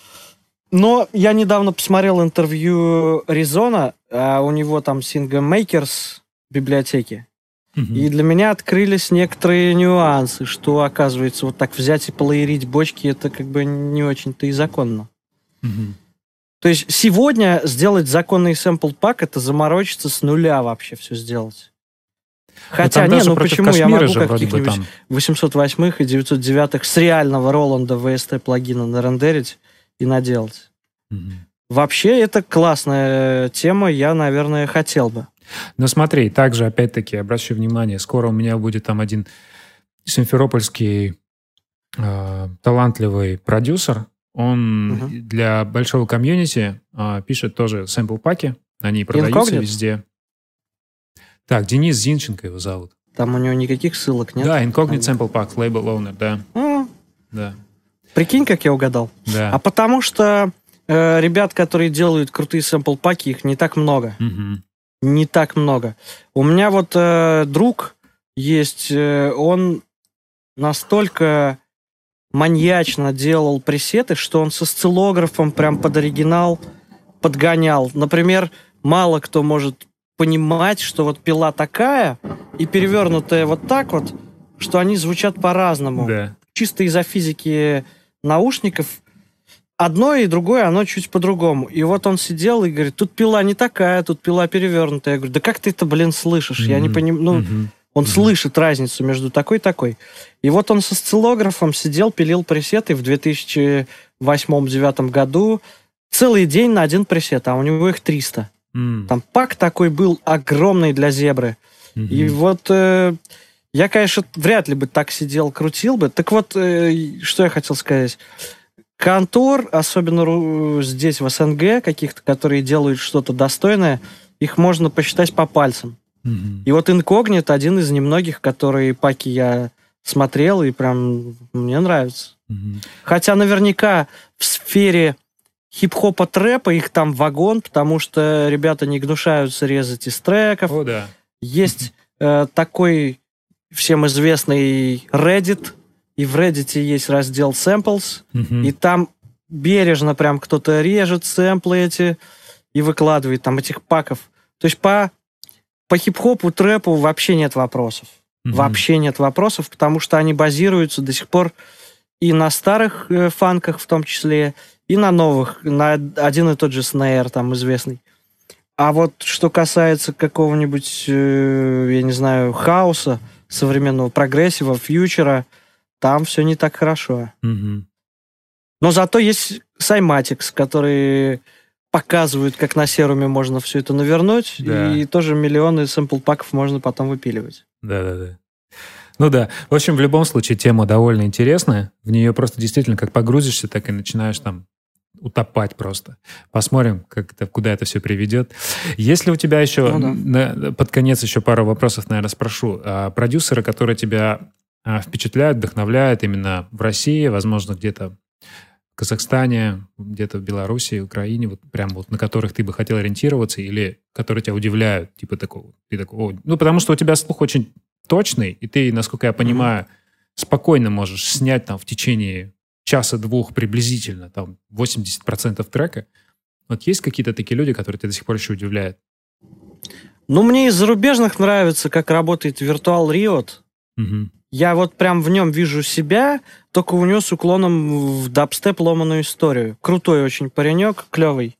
Но я недавно посмотрел интервью Резона, а у него там Single Makers в библиотеке. Mm-hmm. И для меня открылись некоторые нюансы, что, оказывается, вот так взять и полоерить бочки, это как бы не очень-то и законно. Mm-hmm. То есть сегодня сделать законный сэмпл-пак — это заморочиться с нуля вообще все сделать. Хотя, не, ну почему я могу каких-нибудь восемьсот восьмых и девятьсот девятых с реального Роланда ви эс ти-плагина нарендерить и наделать. Mm-hmm. Вообще, это классная тема, я, наверное, хотел бы. Но смотри, также, опять-таки, обращу внимание, скоро у меня будет там один симферопольский э, талантливый продюсер, он uh-huh. для большого комьюнити э, пишет тоже сэмпл-паки, они продаются Incognito? Везде. Так, Денис Зинченко его зовут. Там у него никаких ссылок нет? Да, Incognito Sample Pack, Label Owner, да. Mm. Да. Прикинь, как я угадал. Да. А потому что э, ребят, которые делают крутые сэмпл-паки, их не так много. Угу. Не так много. У меня вот э, друг есть, э, он настолько маньячно делал пресеты, что он с осциллографом прям под оригинал подгонял. Например, мало кто может понимать, что вот пила такая и перевернутая вот так вот, что они звучат по-разному. Да. Чисто из-за физики наушников одно и другое, оно чуть по-другому. И вот он сидел и говорит, тут пила не такая, тут пила перевернутая. Я говорю, да как ты это, блин, слышишь? Mm-hmm. Я не понимаю. Ну, mm-hmm. он mm-hmm. слышит разницу между такой и такой. И вот он с осциллографом сидел, пилил пресеты в две тысячи восьмом - две тысячи девятом году. Целый день на один пресет, а у него их триста. Mm-hmm. Там пак такой был огромный для зебры. Mm-hmm. И вот э, я, конечно, вряд ли бы так сидел, крутил бы. Так вот, э, что я хотел сказать. Контор, особенно здесь, в СНГ, каких-то, которые делают что-то достойное, их можно посчитать по пальцам. Mm-hmm. И вот Incognito один из немногих, которые паки я смотрел, и прям мне нравится. Mm-hmm. Хотя наверняка в сфере хип-хопа, трэпа их там вагон, потому что ребята не гнушаются резать из треков. Oh, да. Есть mm-hmm. э, такой всем известный Reddit, и в Reddit есть раздел Samples, mm-hmm. и там бережно прям кто-то режет сэмплы эти и выкладывает там этих паков. То есть по, по хип-хопу, трэпу вообще нет вопросов. Mm-hmm. Вообще нет вопросов, потому что они базируются до сих пор и на старых э, фанках в том числе, и на новых, на один и тот же снейр там известный. А вот что касается какого-нибудь, э, я не знаю, хаоса, современного прогрессива, фьючера, там все не так хорошо. Mm-hmm. Но зато есть Cymatics, которые показывают, как на серуме можно все это навернуть, да. И тоже миллионы сэмпл-паков можно потом выпиливать. Да-да-да. Ну да. В общем, в любом случае, тема довольно интересная. В нее просто действительно как погрузишься, так и начинаешь там утопать просто. Посмотрим, как это, куда это все приведет. Если у тебя еще ну, да. на, под конец еще пару вопросов, наверное, спрошу. А, продюсеры, которые тебя а, впечатляют, вдохновляют именно в России, возможно, где-то в Казахстане, где-то в Беларуси, Украине, вот прям вот на которых ты бы хотел ориентироваться или которые тебя удивляют, типа такого. Ты такой, ну, потому что у тебя слух очень точный, и ты, насколько я понимаю, mm-hmm. спокойно можешь снять там в течение часа-двух приблизительно, там, восемьдесят процентов трека. Вот есть какие-то такие люди, которые тебя до сих пор еще удивляют? Ну, мне из зарубежных нравится, как работает Virtual Riot. Угу. Я вот прям в нем вижу себя, только у него с уклоном в дабстеп ломаную историю. Крутой очень паренек, клевый.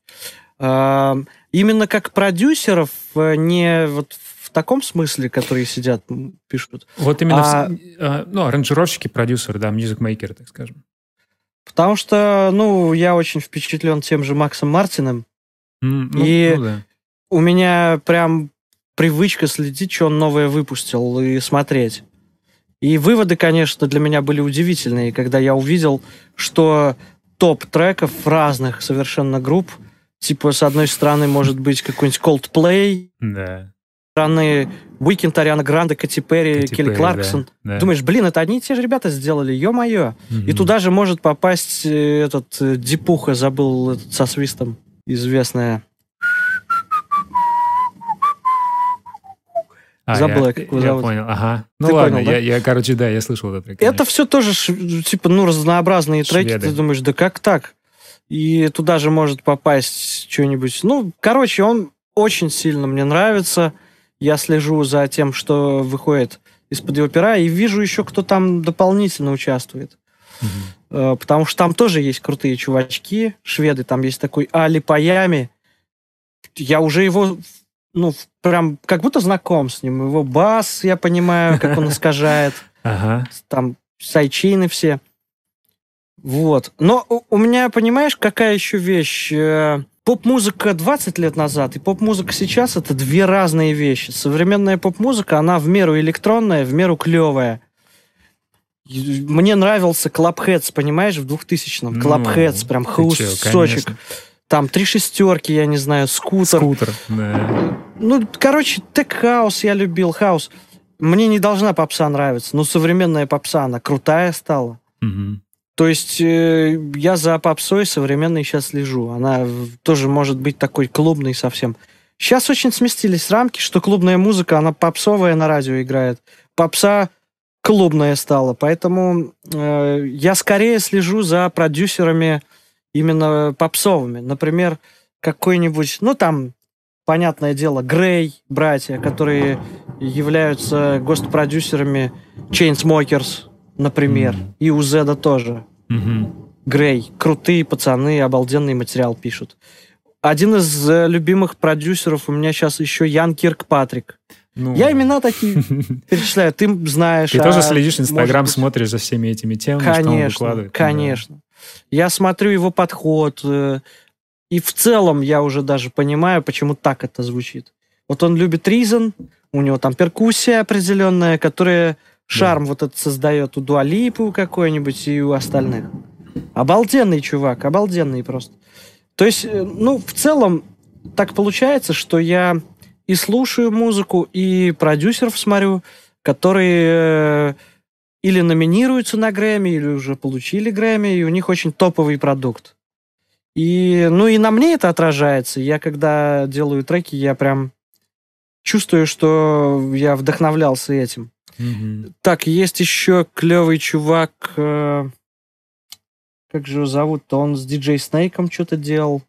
Именно как продюсеров, не вот в таком смысле, которые сидят, пишут. Вот именно, а, в, ну, аранжировщики, продюсеры, да, мьюзик-мейкеры, так скажем. Потому что, ну, я очень впечатлен тем же Максом Мартином. Mm, ну, и ну, да. у меня прям привычка следить, что он новое выпустил, и смотреть. И выводы, конечно, для меня были удивительные, когда я увидел, что топ треков разных совершенно групп, типа, с одной стороны, может быть, какой-нибудь Coldplay, да. с стороны Weekend, Ариана Гранде, Кэти Перри, Келли Кларксон. Да, да. Думаешь, блин, это одни и те же ребята сделали, ё-моё. Mm-hmm. И туда же может попасть этот Дипуха, забыл этот, со свистом, известная. А, Забыл, я, как его я зовут. понял, ага. Ну Ты ладно, понял, да? я, я, короче, да, я слышал этот трек. Это все тоже, типа, ну, разнообразные треки. Шведы. Ты думаешь, да как так? И туда же может попасть что-нибудь. Ну, короче, он очень сильно мне нравится. Я слежу за тем, что выходит из-под его пера, и вижу еще, кто там дополнительно участвует. Mm-hmm. Потому что там тоже есть крутые чувачки, шведы. Там есть такой Али Паями. Я уже его... Ну, прям как будто знаком с ним. Его бас, я понимаю, как он искажает. Ага. Там сайдчейны все. Вот. Но у, у меня, понимаешь, какая еще вещь? Поп-музыка двадцать лет назад и поп-музыка сейчас — это две разные вещи. Современная поп-музыка, она в меру электронная, в меру клевая. Мне нравился Clubheads, понимаешь, в двухтысячном. Ну, Clubheads, прям хаусочек. Там три шестерки, я не знаю, скутер. Скутер, да. Ну, короче, тек-хаус я любил, хаус. Мне не должна попса нравиться, но современная попса, она крутая стала. Угу. То есть э, я за попсой современной сейчас слежу. Она тоже может быть такой клубной совсем. Сейчас очень сместились рамки, что клубная музыка, она попсовая на радио играет. Попса клубная стала. Поэтому э, я скорее слежу за продюсерами именно попсовыми. Например, какой-нибудь, ну там, понятное дело, Грей, братья, которые являются гост-продюсерами Chainsmokers, например, mm-hmm. и у Зеда тоже. Mm-hmm. Грей. Крутые пацаны, обалденный материал пишут. Один из э, любимых продюсеров у меня сейчас еще Ян Киркпатрик. Ну... Я имена такие перечисляю, ты знаешь. Ты а, тоже следишь, Инстаграм быть... смотришь за всеми этими темами, конечно, что он выкладывает? Конечно, да. Я смотрю его подход, э, и в целом я уже даже понимаю, почему так это звучит. Вот он любит Reason, у него там перкуссия определенная, которая шарм да. вот этот создает у Дуа Липы у какой-нибудь и у остальных. Обалденный чувак, обалденный просто. То есть, ну, в целом так получается, что я и слушаю музыку, и продюсеров смотрю, которые или номинируются на Грэмми, или уже получили Грэмми, и у них очень топовый продукт. И, ну, и на мне это отражается. Я, когда делаю треки, я прям чувствую, что я вдохновлялся этим. Mm-hmm. Так, есть еще клевый чувак, э, как же его зовут-то? Он с диджей Снейком что-то делал.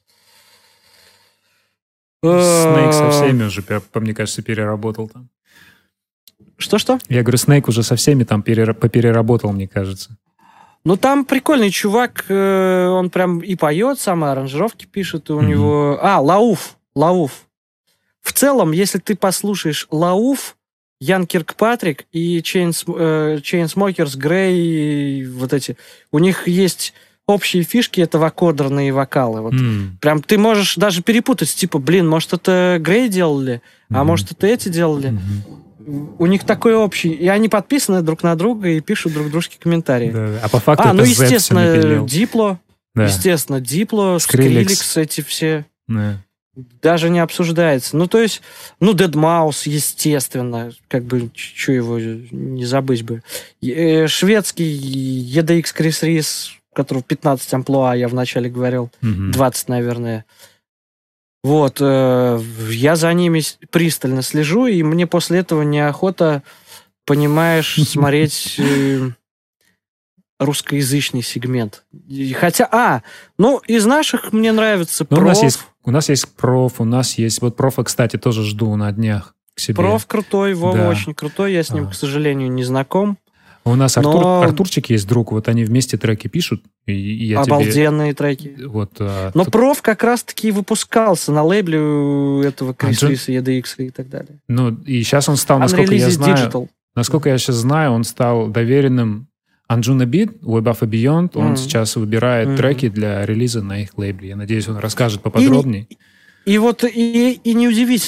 Снейк со всеми уже, по мне кажется, переработал там. Что-что? Я говорю, Снейк уже со всеми там перер... попереработал, мне кажется. Ну, там прикольный чувак, э, он прям и поет, сам и аранжировки пишет, и у mm-hmm. него... А, Лауф, Лауф. В целом, если ты послушаешь Лауф, Ян Киркпатрик и Chainsmokers, Грей, вот эти, у них есть общие фишки, это вокодерные вокалы. Вот. Mm. Прям ты можешь даже перепутать, типа, блин, может, это Грей делали, mm-hmm. а может, это эти делали. Mm-hmm. У них такой общий, и они подписаны друг на друга и пишут друг дружке комментарии. Да, а по факту а, это ну, естественно, Дипло, да. естественно, Дипло, Скриликс, эти все... Да. Даже не обсуждается. Ну, то есть, ну, дедмаус, естественно, как бы, что его не забыть бы. Шведский и ди икс Крис Рис, который пятнадцать амплуа, я вначале говорил, mm-hmm. двадцать, наверное. Вот, э, я за ними пристально слежу, и мне после этого неохота, понимаешь, смотреть... Э, русскоязычный сегмент. Хотя, а, ну, из наших мне нравится ну, проф. У нас, есть, у нас есть проф, у нас есть... Вот профа, кстати, тоже жду на днях к себе. Проф крутой, Вова да. очень крутой. Я с ним, а. к сожалению, не знаком. У нас Артур, но... Артурчик есть друг, вот они вместе треки пишут. И, и я Обалденные тебе... треки. Вот, а, но тут... проф как раз-таки выпускался на лейбле этого Крис Риса, и ди икс и так далее. Ну, и сейчас он стал, насколько я знаю... Digital. Насколько я сейчас знаю, он стал доверенным Anjuna Beat, Way Above and Beyond, он mm. сейчас выбирает mm. треки для релиза на их лейбле. Я надеюсь, он расскажет поподробнее. И, и вот и, и неудивительно.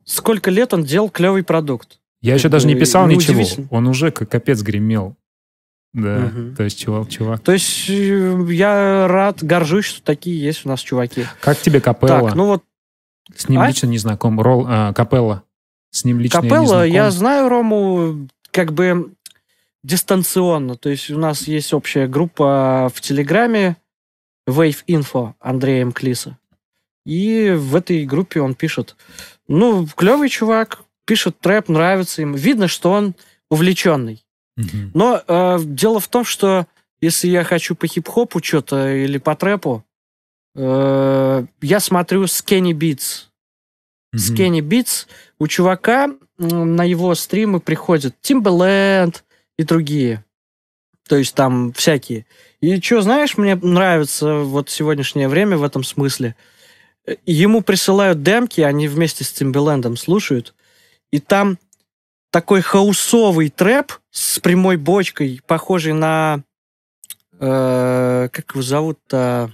сколько лет он делал клевый продукт. Я еще даже не писал ну, ничего. Он уже как капец гремел. Да, Угу. то есть чувак, чувак. То есть я рад, горжусь, что такие есть у нас чуваки. Как тебе Капелла? Так, ну вот... С ним а? лично не знаком. Ролл, а, Капелла. С ним лично Капелла, я не знаком. я знаю Рому как бы дистанционно. То есть у нас есть общая группа в Телеграме Wave Info Андрея Мклиса. И в этой группе он пишет. Ну, клевый чувак, пишет трэп, нравится им. Видно, что он увлеченный. Угу. Но э, дело в том, что если я хочу по хип-хопу что-то или по трэпу, э, я смотрю Skinny Beats. Угу. Skinny Beats. У чувака на его стримы приходят Timbaland и другие. То есть там всякие. И что, знаешь, мне нравится вот сегодняшнее время в этом смысле. Ему присылают демки, они вместе с Timbaland'ом слушают, и там такой хаусовый трэп с прямой бочкой, похожий на... Э, как его зовут-то?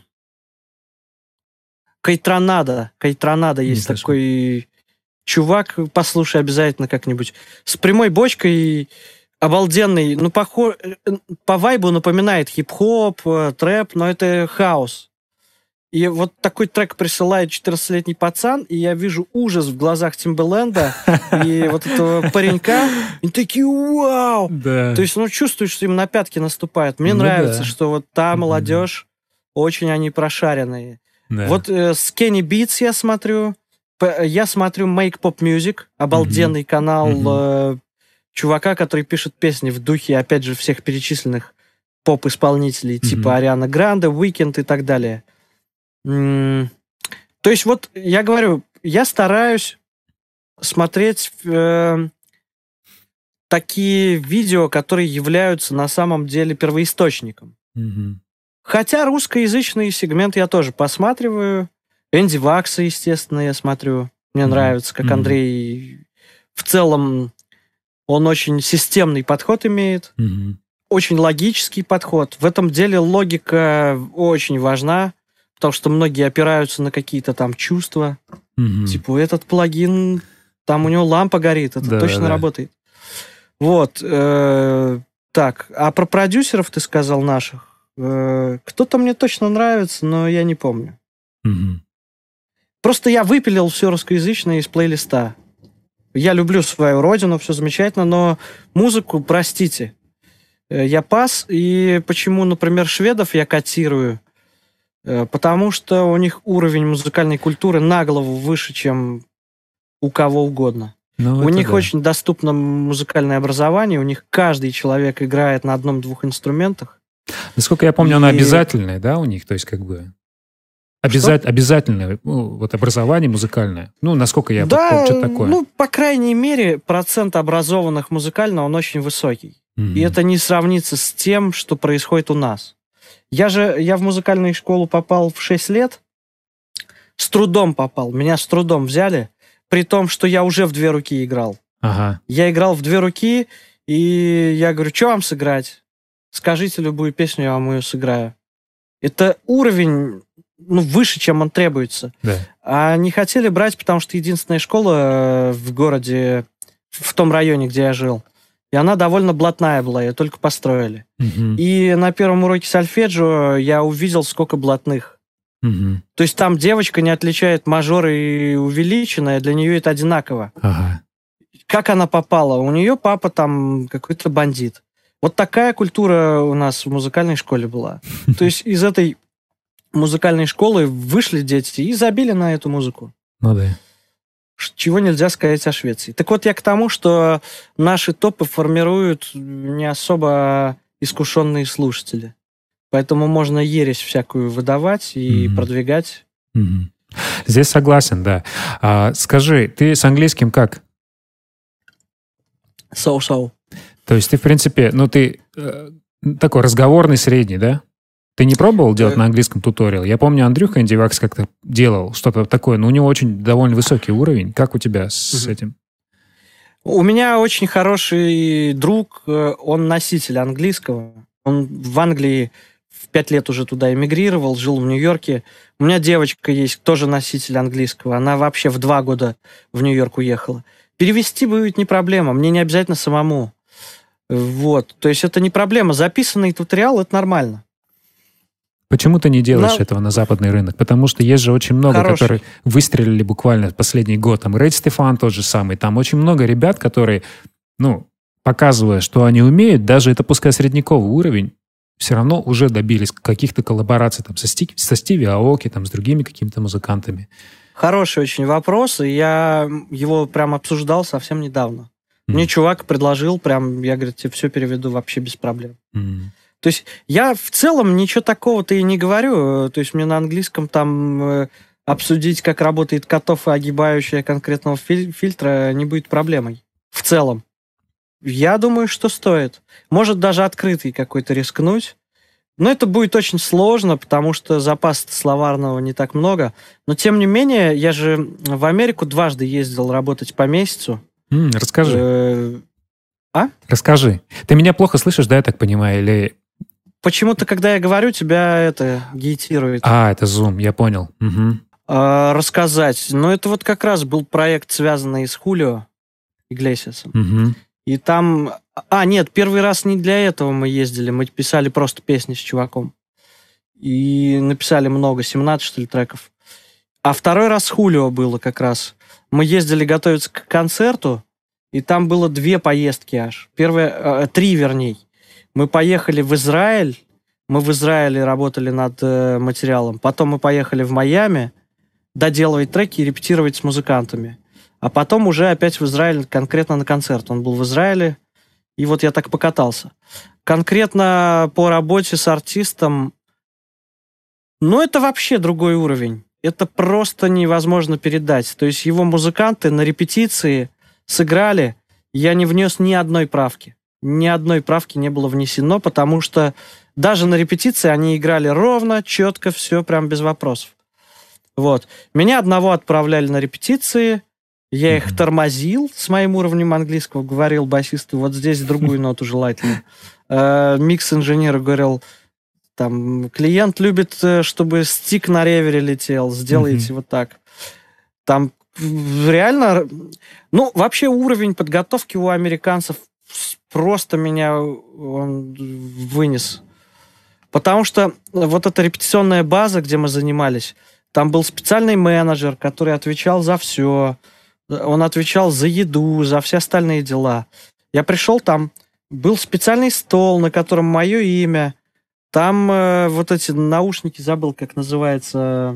Кайтранада. Кайтранада есть Не такой чувак, послушай обязательно как-нибудь. С прямой бочкой, обалденный, ну, похож, по вайбу напоминает хип-хоп, трэп, но это хаос. И вот такой трек присылает четырнадцатилетний пацан, и я вижу ужас в глазах Тимбаленда и вот этого паренька. И такие, вау! Да. То есть, ну, чувствуешь, что им на пятки наступает. Мне Ну, нравится, да. что вот та молодежь, mm-hmm. очень они прошаренные. Да. Вот э, Skinny Beats я смотрю. П- я смотрю Make Pop Music, обалденный mm-hmm. канал mm-hmm. э, чувака, который пишет песни в духе, опять же, всех перечисленных поп-исполнителей, mm-hmm. типа Ариана Гранде, Уикенд и так далее. То есть вот я говорю, я стараюсь смотреть э, такие видео, которые являются на самом деле первоисточником. Mm-hmm. Хотя русскоязычный сегмент я тоже посматриваю. Энди Вакса, естественно, я смотрю. Мне mm-hmm. нравится, как mm-hmm. Андрей в целом, он очень системный подход имеет. Mm-hmm. Очень логический подход. В этом деле логика очень важна. Потому что многие опираются на какие-то там чувства. Mm-hmm. Типа, этот плагин, там у него лампа горит, это да, точно да. работает. Вот. Э, так, а про продюсеров ты сказал наших. Э, кто-то мне точно нравится, но я не помню. Mm-hmm. Просто я выпилил все русскоязычное из плейлиста. Я люблю свою родину, все замечательно, но музыку, простите, я пас. И почему, например, шведов я котирую? Потому что у них уровень музыкальной культуры на голову выше, чем у кого угодно. Ну, у них да. очень доступно музыкальное образование, у них каждый человек играет на одном-двух инструментах. Насколько я помню, и... оно обязательное, да, у них? То есть, как бы... Обяза... Обязательное ну, вот образование музыкальное. Ну, насколько я да, помню, что такое. Ну, по крайней мере, процент образованных музыкально, он очень высокий. Mm-hmm. И это не сравнится с тем, что происходит у нас. Я же, я в музыкальную школу попал в шесть лет, с трудом попал, меня с трудом взяли, при том, что я уже в две руки играл. Ага. Я играл в две руки, и я говорю, что вам сыграть? Скажите любую песню, я вам ее сыграю. Это уровень, ну, выше, чем он требуется. Да. А не хотели брать, потому что единственная школа в городе, в том районе, где я жил, и она довольно блатная была, ее только построили. Uh-huh. И на первом уроке сольфеджио я увидел, сколько блатных. Uh-huh. То есть там девочка не отличает мажор и увеличенное, для нее это одинаково. Uh-huh. Как она попала? У нее папа там какой-то бандит. Вот такая культура у нас в музыкальной школе была. То есть из этой музыкальной школы вышли дети и забили на эту музыку. Ну да. Чего нельзя сказать о Швеции. Так вот, я к тому, что наши топы формируют не особо искушенные слушатели. Поэтому можно ересь всякую выдавать и mm-hmm. продвигать. Mm-hmm. Здесь согласен, да. А, скажи, ты с английским как? So-so. То есть ты, в принципе, ну ты э, такой разговорный средний, да? Ты не пробовал делать на английском туториал? Я помню, Андрюха Энди Вакс как-то делал что-то такое, но у него очень довольно высокий уровень. Как у тебя с угу. этим? У меня очень хороший друг, он носитель английского. Он в Англии в пять лет уже туда эмигрировал, жил в Нью-Йорке. У меня девочка есть, тоже носитель английского. Она вообще в два года в Нью-Йорк уехала. Перевести будет не проблема, мне не обязательно самому. Вот, то есть это не проблема. Записанный туториал — это нормально. Почему ты не делаешь На... этого на западный рынок? Потому что есть же очень много, Хороший. которые выстрелили буквально в последний год. Там Рейд Стефан тот же самый. Там очень много ребят, которые, ну, показывая, что они умеют, даже это пускай средневековый уровень, все равно уже добились каких-то коллабораций там, со, Стив, со Стиви Аоки, там, с другими какими-то музыкантами. Хороший очень вопрос, и я его прям обсуждал совсем недавно. Mm. Мне чувак предложил, прям, я, говорю, тебе все переведу вообще без проблем. Mm. То есть я в целом ничего такого-то и не говорю. То есть мне на английском там э, обсудить, как работает котов и огибающая конкретного филь- фильтра не будет проблемой. В целом. Я думаю, что стоит. Может даже открытый какой-то рискнуть. Но это будет очень сложно, потому что запаса словарного не так много. Но тем не менее, я же в Америку дважды ездил работать по месяцу. Mm, расскажи. Э- а? Расскажи. Ты меня плохо слышишь, да, я так понимаю, или... Почему-то, когда я говорю, тебя это гейтирует. А, это Zoom, я понял. Угу. А, рассказать. Ну, это вот как раз был проект, связанный с Хулио Иглесиасом. Угу. И там... А, нет, первый раз не для этого мы ездили. Мы писали просто песни с чуваком. И написали много, семнадцать, что ли, треков. А второй раз с Хулио было как раз. Мы ездили готовиться к концерту, и там было две поездки аж. Первая... Э, три, вернее. Мы поехали в Израиль, мы в Израиле работали над э, материалом, потом мы поехали в Майами доделывать треки и репетировать с музыкантами, а потом уже опять в Израиль конкретно на концерт. Он был в Израиле, и вот я так покатался. Конкретно по работе с артистом, ну, это вообще другой уровень. Это просто невозможно передать. То есть его музыканты на репетиции сыграли, я не внес ни одной правки. Ни одной правки не было внесено, потому что даже на репетиции они играли ровно, четко, все прям без вопросов. Вот. Меня одного отправляли на репетиции, я их тормозил с моим уровнем английского, говорил басисту, вот здесь другую ноту желательно. Микс-инженер говорил, там, клиент любит, чтобы стик на ревере летел, сделайте вот так. Там реально... Ну, вообще уровень подготовки у американцев просто меня он вынес. Потому что вот эта репетиционная база, где мы занимались, там был специальный менеджер, который отвечал за все. Он отвечал за еду, за все остальные дела. Я пришел, там был специальный стол, на котором мое имя. Там э, вот эти наушники, забыл, как называется.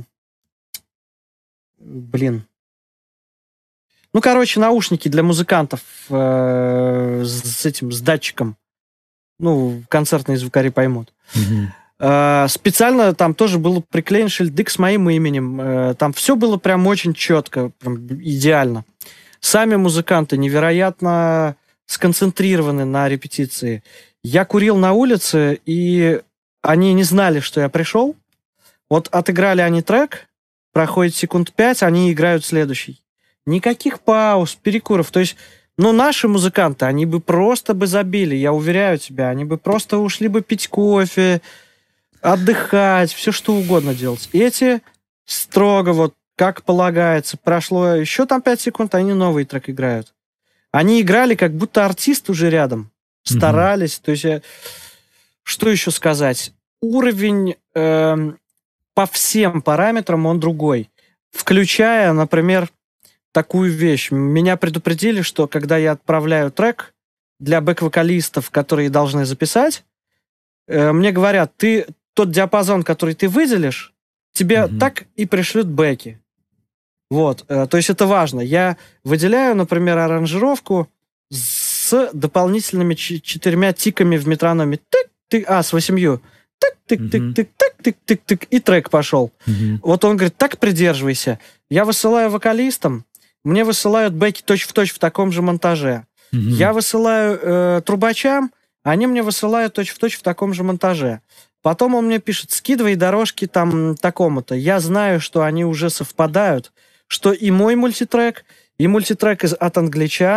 Блин. Ну, короче, наушники для музыкантов э, с этим, с датчиком. Ну, концертные звукари поймут. Mm-hmm. Э, специально там тоже был приклеен шильдик с моим именем. Э, там все было прям очень четко, прям идеально. Сами музыканты невероятно сконцентрированы на репетиции. Я курил на улице, и они не знали, что я пришел. Вот отыграли они трек, проходит секунд пять, они играют следующий. Никаких пауз, перекуров. То есть, ну, наши музыканты, они бы просто бы забили, я уверяю тебя. Они бы просто ушли бы пить кофе, отдыхать, все что угодно делать. Эти строго вот, как полагается, прошло еще там пять секунд, они новый трек играют. Они играли, как будто артист уже рядом. Старались. Mm-hmm. То есть, я... что еще сказать? Уровень э, по всем параметрам он другой. Включая, например, такую вещь. Меня предупредили, что когда я отправляю трек для бэк-вокалистов, которые должны записать, э, мне говорят, ты тот диапазон, который ты выделишь, тебе mm-hmm. так и пришлют бэки. Вот. Э, то есть это важно. Я выделяю, например, аранжировку с дополнительными ч- четырьмя тиками в метрономе. Тык, тык, а, с восемью. Тык-тык-тык-тык-тык-тык-тык, и трек пошел. Mm-hmm. Вот он говорит, так придерживайся. Я высылаю вокалистам, мне высылают бэки точь-в-точь в таком же монтаже. Mm-hmm. Я высылаю э, трубачам, они мне высылают точь-в-точь в таком же монтаже. Потом он мне пишет, скидывай дорожки там такому-то. Я знаю, что они уже совпадают, что и мой мультитрек, и мультитрек из, от англичан,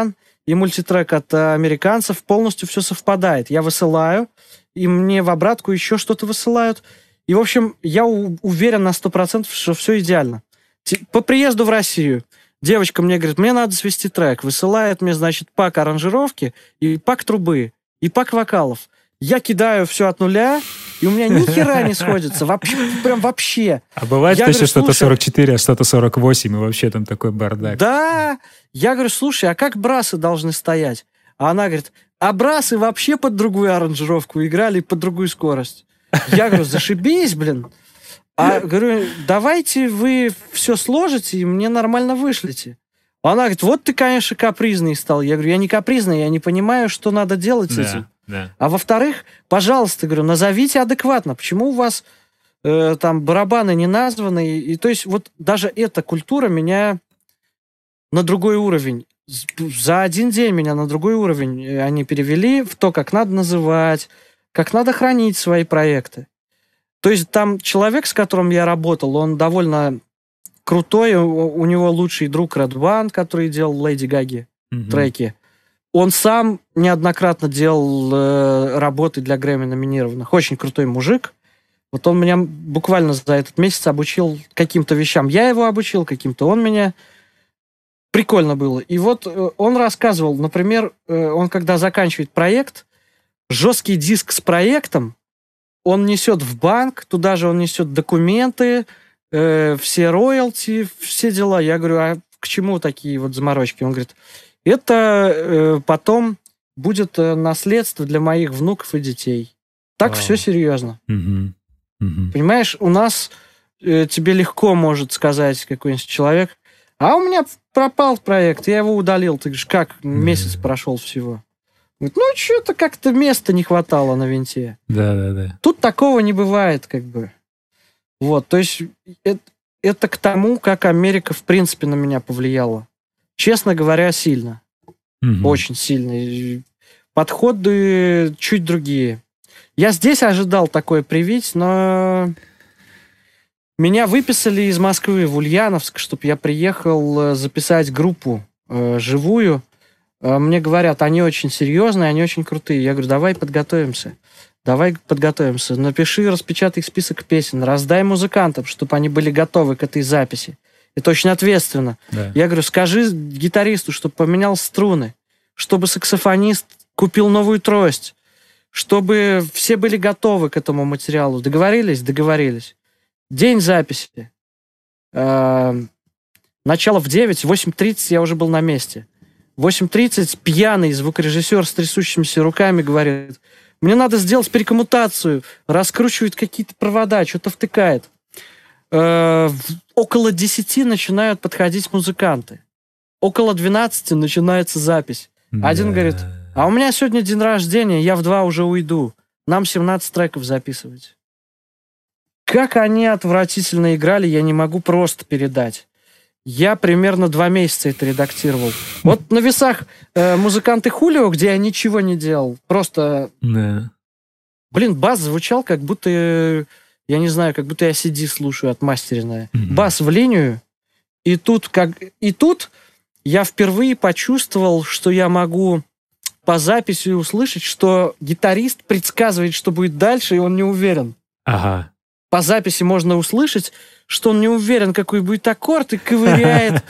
и мультитрек от американцев, полностью все совпадает. Я высылаю, и мне в обратку еще что-то высылают. И, в общем, я у- уверен на сто процентов, что все идеально. Ти- По приезду в Россию девочка мне говорит, мне надо свести трек. Высылает мне, значит, пак аранжировки, и пак трубы, и пак вокалов. Я кидаю все от нуля, и у меня ни хера не сходится. Вообще, прям вообще. А бывает, Я что еще говорю, что-то слушай, сорок четыре, а что-то сорок восемь, и вообще там такой бардак. да. Я говорю, слушай, а как брасы должны стоять? А она говорит, а брасы вообще под другую аранжировку играли, под другую скорость. Я говорю, зашибись, блин. А говорю, давайте вы все сложите и мне нормально вышлите. Она говорит, вот ты, конечно, капризный стал. Я говорю, я не капризный, я не понимаю, что надо делать с этим. Да, да. А во-вторых, пожалуйста, говорю, назовите адекватно. Почему у вас э, там барабаны не названы? И, и то есть вот даже эта культура меня на другой уровень. З- За один день меня на другой уровень э, они перевели в то, как надо называть, как надо хранить свои проекты. То есть там человек, с которым я работал, он довольно крутой, у, у него лучший друг Red One, который делал Леди Гаги Мгм. треки. Он сам неоднократно делал э, работы для Грэмми номинированных. Очень крутой мужик. Вот он меня буквально за этот месяц обучил каким-то вещам. Я его обучил, каким-то он меня. Прикольно было. И вот э, он рассказывал, например, э, он когда заканчивает проект, жесткий диск с проектом, он несет в банк, туда же он несет документы, э, все роялти, все дела. Я говорю, а к чему такие вот заморочки? Он говорит, это э, потом будет э, наследство для моих внуков и детей. Так Вау. все серьезно. Мгм. Мгм. Понимаешь, у нас э, тебе легко может сказать какой-нибудь человек, а у меня пропал проект, я его удалил. Ты говоришь, как? Месяц Да. прошел всего. Говорит, ну, что-то как-то места не хватало на винте. Да, да, да. Тут такого не бывает, как бы. Вот, то есть это, это к тому, как Америка, в принципе, на меня повлияла. Честно говоря, сильно. Мгм. Очень сильно. И подходы чуть другие. Я здесь ожидал такое привить, но меня выписали из Москвы в Ульяновск, чтобы я приехал э, записать группу э, живую. Э, Мне говорят, они очень серьезные, они очень крутые. Я говорю, давай подготовимся. Давай подготовимся. Напиши, распечатай список песен, раздай музыкантам, чтобы они были готовы к этой записи. Это очень ответственно. Да. Я говорю, скажи гитаристу, чтобы поменял струны, чтобы саксофонист купил новую трость, чтобы все были готовы к этому материалу. Договорились? Договорились. День записи. Э, Начало в девять, в восемь тридцать я уже был на месте. В восемь тридцать пьяный звукорежиссер с трясущимися руками говорит, мне надо сделать перекоммутацию, раскручивает какие-то провода, что-то втыкает. Э, в- Около десяти начинают подходить музыканты. Около двенадцати начинается запись. Один Да. говорит, а у меня сегодня день рождения, я в два уже уйду. Нам семнадцать треков записывать. Как они отвратительно играли, я не могу просто передать. Я примерно два месяца это редактировал. Вот на весах э, музыканты Хулио, где я ничего не делал, просто, Да. блин, бас звучал, как будто, э, я не знаю, как будто я си ди слушаю отмастеренное. Мгм. Бас в линию, и тут, как, и тут я впервые почувствовал, что я могу по записи услышать, что гитарист предсказывает, что будет дальше, и он не уверен. Ага. По записи можно услышать, что он не уверен, какой будет аккорд, и ковыряет.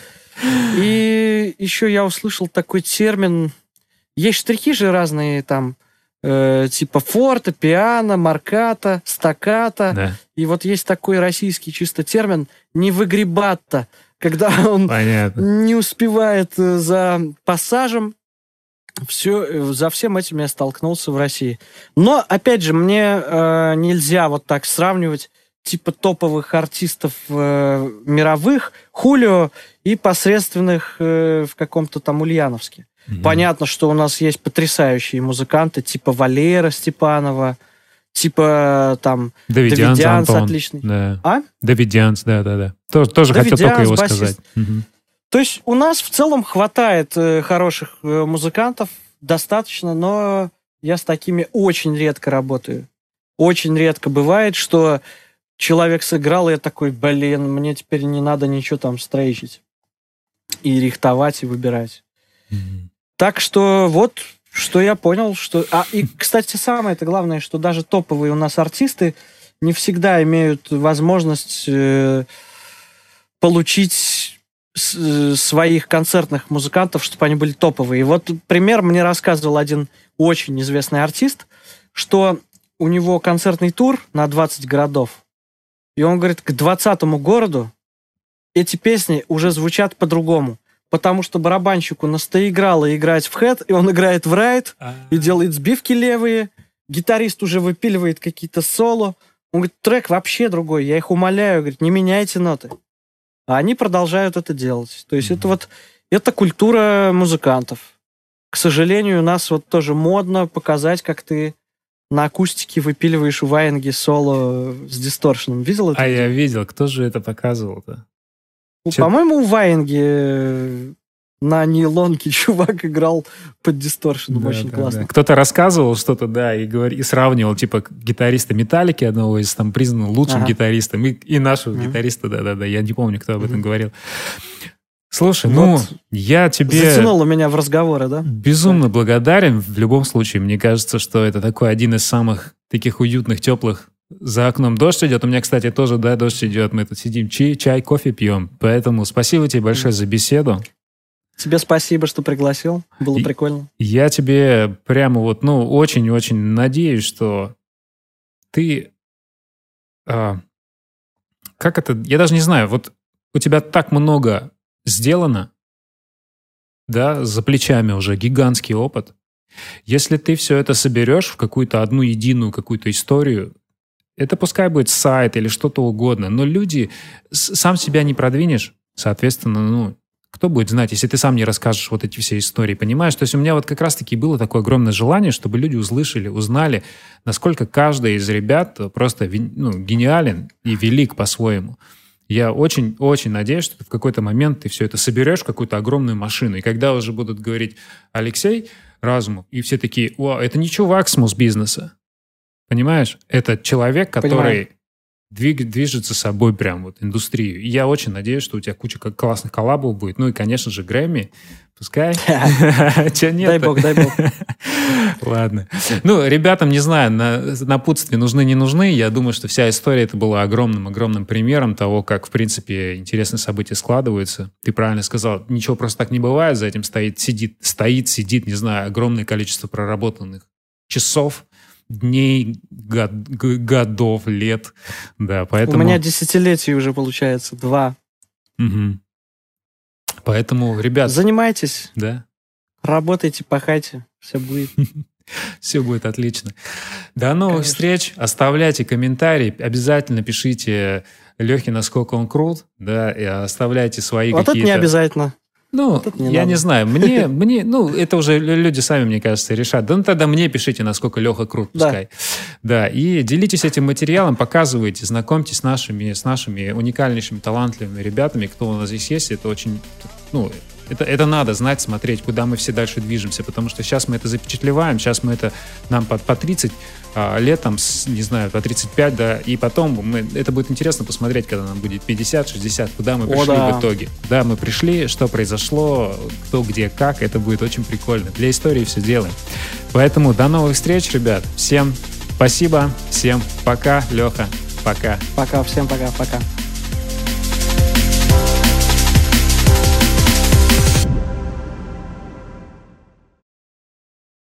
И еще я услышал такой термин. Есть штрихи же разные там, э, типа форте, пиано, марката, стаккато. Да. И вот есть такой российский чисто термин «невыгребатто», когда он Понятно. не успевает э, за пассажем. Все, за всем этим я столкнулся в России. Но, опять же, мне э, нельзя вот так сравнивать типа топовых артистов э, мировых, Хулио, и посредственных э, в каком-то там Ульяновске. Мгм. Понятно, что у нас есть потрясающие музыканты, типа Валера Степанова, типа там Давидианс, Давидианс Антон. отличный. Да. А? Давидианс, да, да, да. Тоже, тоже хотел Давидианс, только его басист. сказать. Мгм. То есть у нас в целом хватает э, хороших э, музыкантов, достаточно, но я с такими очень редко работаю. Очень редко бывает, что человек сыграл, и я такой, блин, мне теперь не надо ничего там стрейчить. И рихтовать, и выбирать. Мгм. Так что вот, что я понял, что... А, и, кстати, самое это главное, что даже топовые у нас артисты не всегда имеют возможность э, получить с, своих концертных музыкантов, чтобы они были топовые. И вот пример мне рассказывал один очень известный артист, что у него концертный тур на двадцать городов, и он говорит, к двадцатому городу эти песни уже звучат по-другому, потому что барабанщику настоиграло играть в хэт, и он играет в райт, и делает сбивки левые, гитарист уже выпиливает какие-то соло. Он говорит, трек вообще другой, я их умоляю, говорит, не меняйте ноты. А они продолжают это делать. То есть mm-hmm. это вот, это культура музыкантов. К сожалению, у нас вот тоже модно показать, как ты на акустике выпиливаешь у Ваенги соло с дисторшеном. Видел это? А я видел. Кто же это показывал-то? Ну, по-моему, у Ваенги на нейлонке чувак играл под дисторшеном. Да, очень да, классно. Да. Кто-то рассказывал что-то, да, и, говор... и сравнивал, типа, гитариста Металлики, одного из там признанных лучшим ага. гитаристом, и, и нашего ага. гитариста, да-да-да. Я не помню, кто об этом ага. говорил. Слушай, ну, вот я тебе... Затянуло меня в разговоры, да? Безумно да. благодарен. В любом случае, мне кажется, что это такой один из самых таких уютных, теплых. За окном дождь идет. У меня, кстати, тоже, да, дождь идет. Мы тут сидим, чай, чай кофе пьем. Поэтому спасибо тебе большое за беседу. Тебе спасибо, что пригласил. Было и, прикольно. Я тебе прямо вот, ну, очень-очень надеюсь, что ты... А, как это... Я даже не знаю. Вот у тебя так много... сделано, да, за плечами уже гигантский опыт. Если ты все это соберешь в какую-то одну единую какую-то историю, это пускай будет сайт или что-то угодно, но люди, сам себя не продвинешь, соответственно, ну, кто будет знать, если ты сам не расскажешь вот эти все истории, понимаешь? То есть у меня вот как раз-таки было такое огромное желание, чтобы люди услышали, узнали, насколько каждый из ребят просто, ну, гениален и велик по-своему. Я очень-очень надеюсь, что в какой-то момент ты все это соберешь в какую-то огромную машину. И когда уже будут говорить Алексей Разумов, и все такие, о, это не чувак с Мосбизнеса. Понимаешь? Это человек, который двиг, движет за собой прям вот индустрию. И я очень надеюсь, что у тебя куча классных коллабов будет. Ну и, конечно же, Грэмми. Пускай. Чего нет? Дай бог, дай бог. Ладно. Ну, ребятам, не знаю, напутствия нужны, не нужны. Я думаю, что вся история это была огромным-огромным примером того, как, в принципе, интересные события складываются. Ты правильно сказал, ничего просто так не бывает. За этим стоит, сидит, стоит, сидит, не знаю, огромное количество проработанных часов, дней, год, годов, лет. Да, поэтому... У меня десятилетий уже, получается, два. Угу. Поэтому, ребят... Занимайтесь. Да. Работайте, пахайте. Все будет. Все будет отлично. До новых Конечно. встреч. Оставляйте комментарии. Обязательно пишите Лехе, насколько он крут. Да, и оставляйте свои вот какие-то... Вот это не обязательно. Ну, вот не я надо. не знаю. Мне, мне, ну, это уже люди сами, мне кажется, решат. Да ну тогда мне пишите, насколько Леха крут, пускай. Да. Да, и делитесь этим материалом, показывайте, знакомьтесь с нашими, с нашими уникальнейшими, талантливыми ребятами, кто у нас здесь есть. Это очень, ну, это, это надо знать, смотреть, куда мы все дальше движемся, потому что сейчас мы это запечатлеваем, сейчас мы это, нам по, по тридцать а, лет, там, с, не знаю, по тридцать пять, да, и потом мы, это будет интересно посмотреть, когда нам будет пятьдесят шестьдесят, куда мы пришли О, да. в итоге. Да, мы пришли, что произошло, кто, где, как, это будет очень прикольно. Для истории все делаем. Поэтому до новых встреч, ребят. Всем спасибо, всем пока, Леха, пока. Пока, всем пока, пока.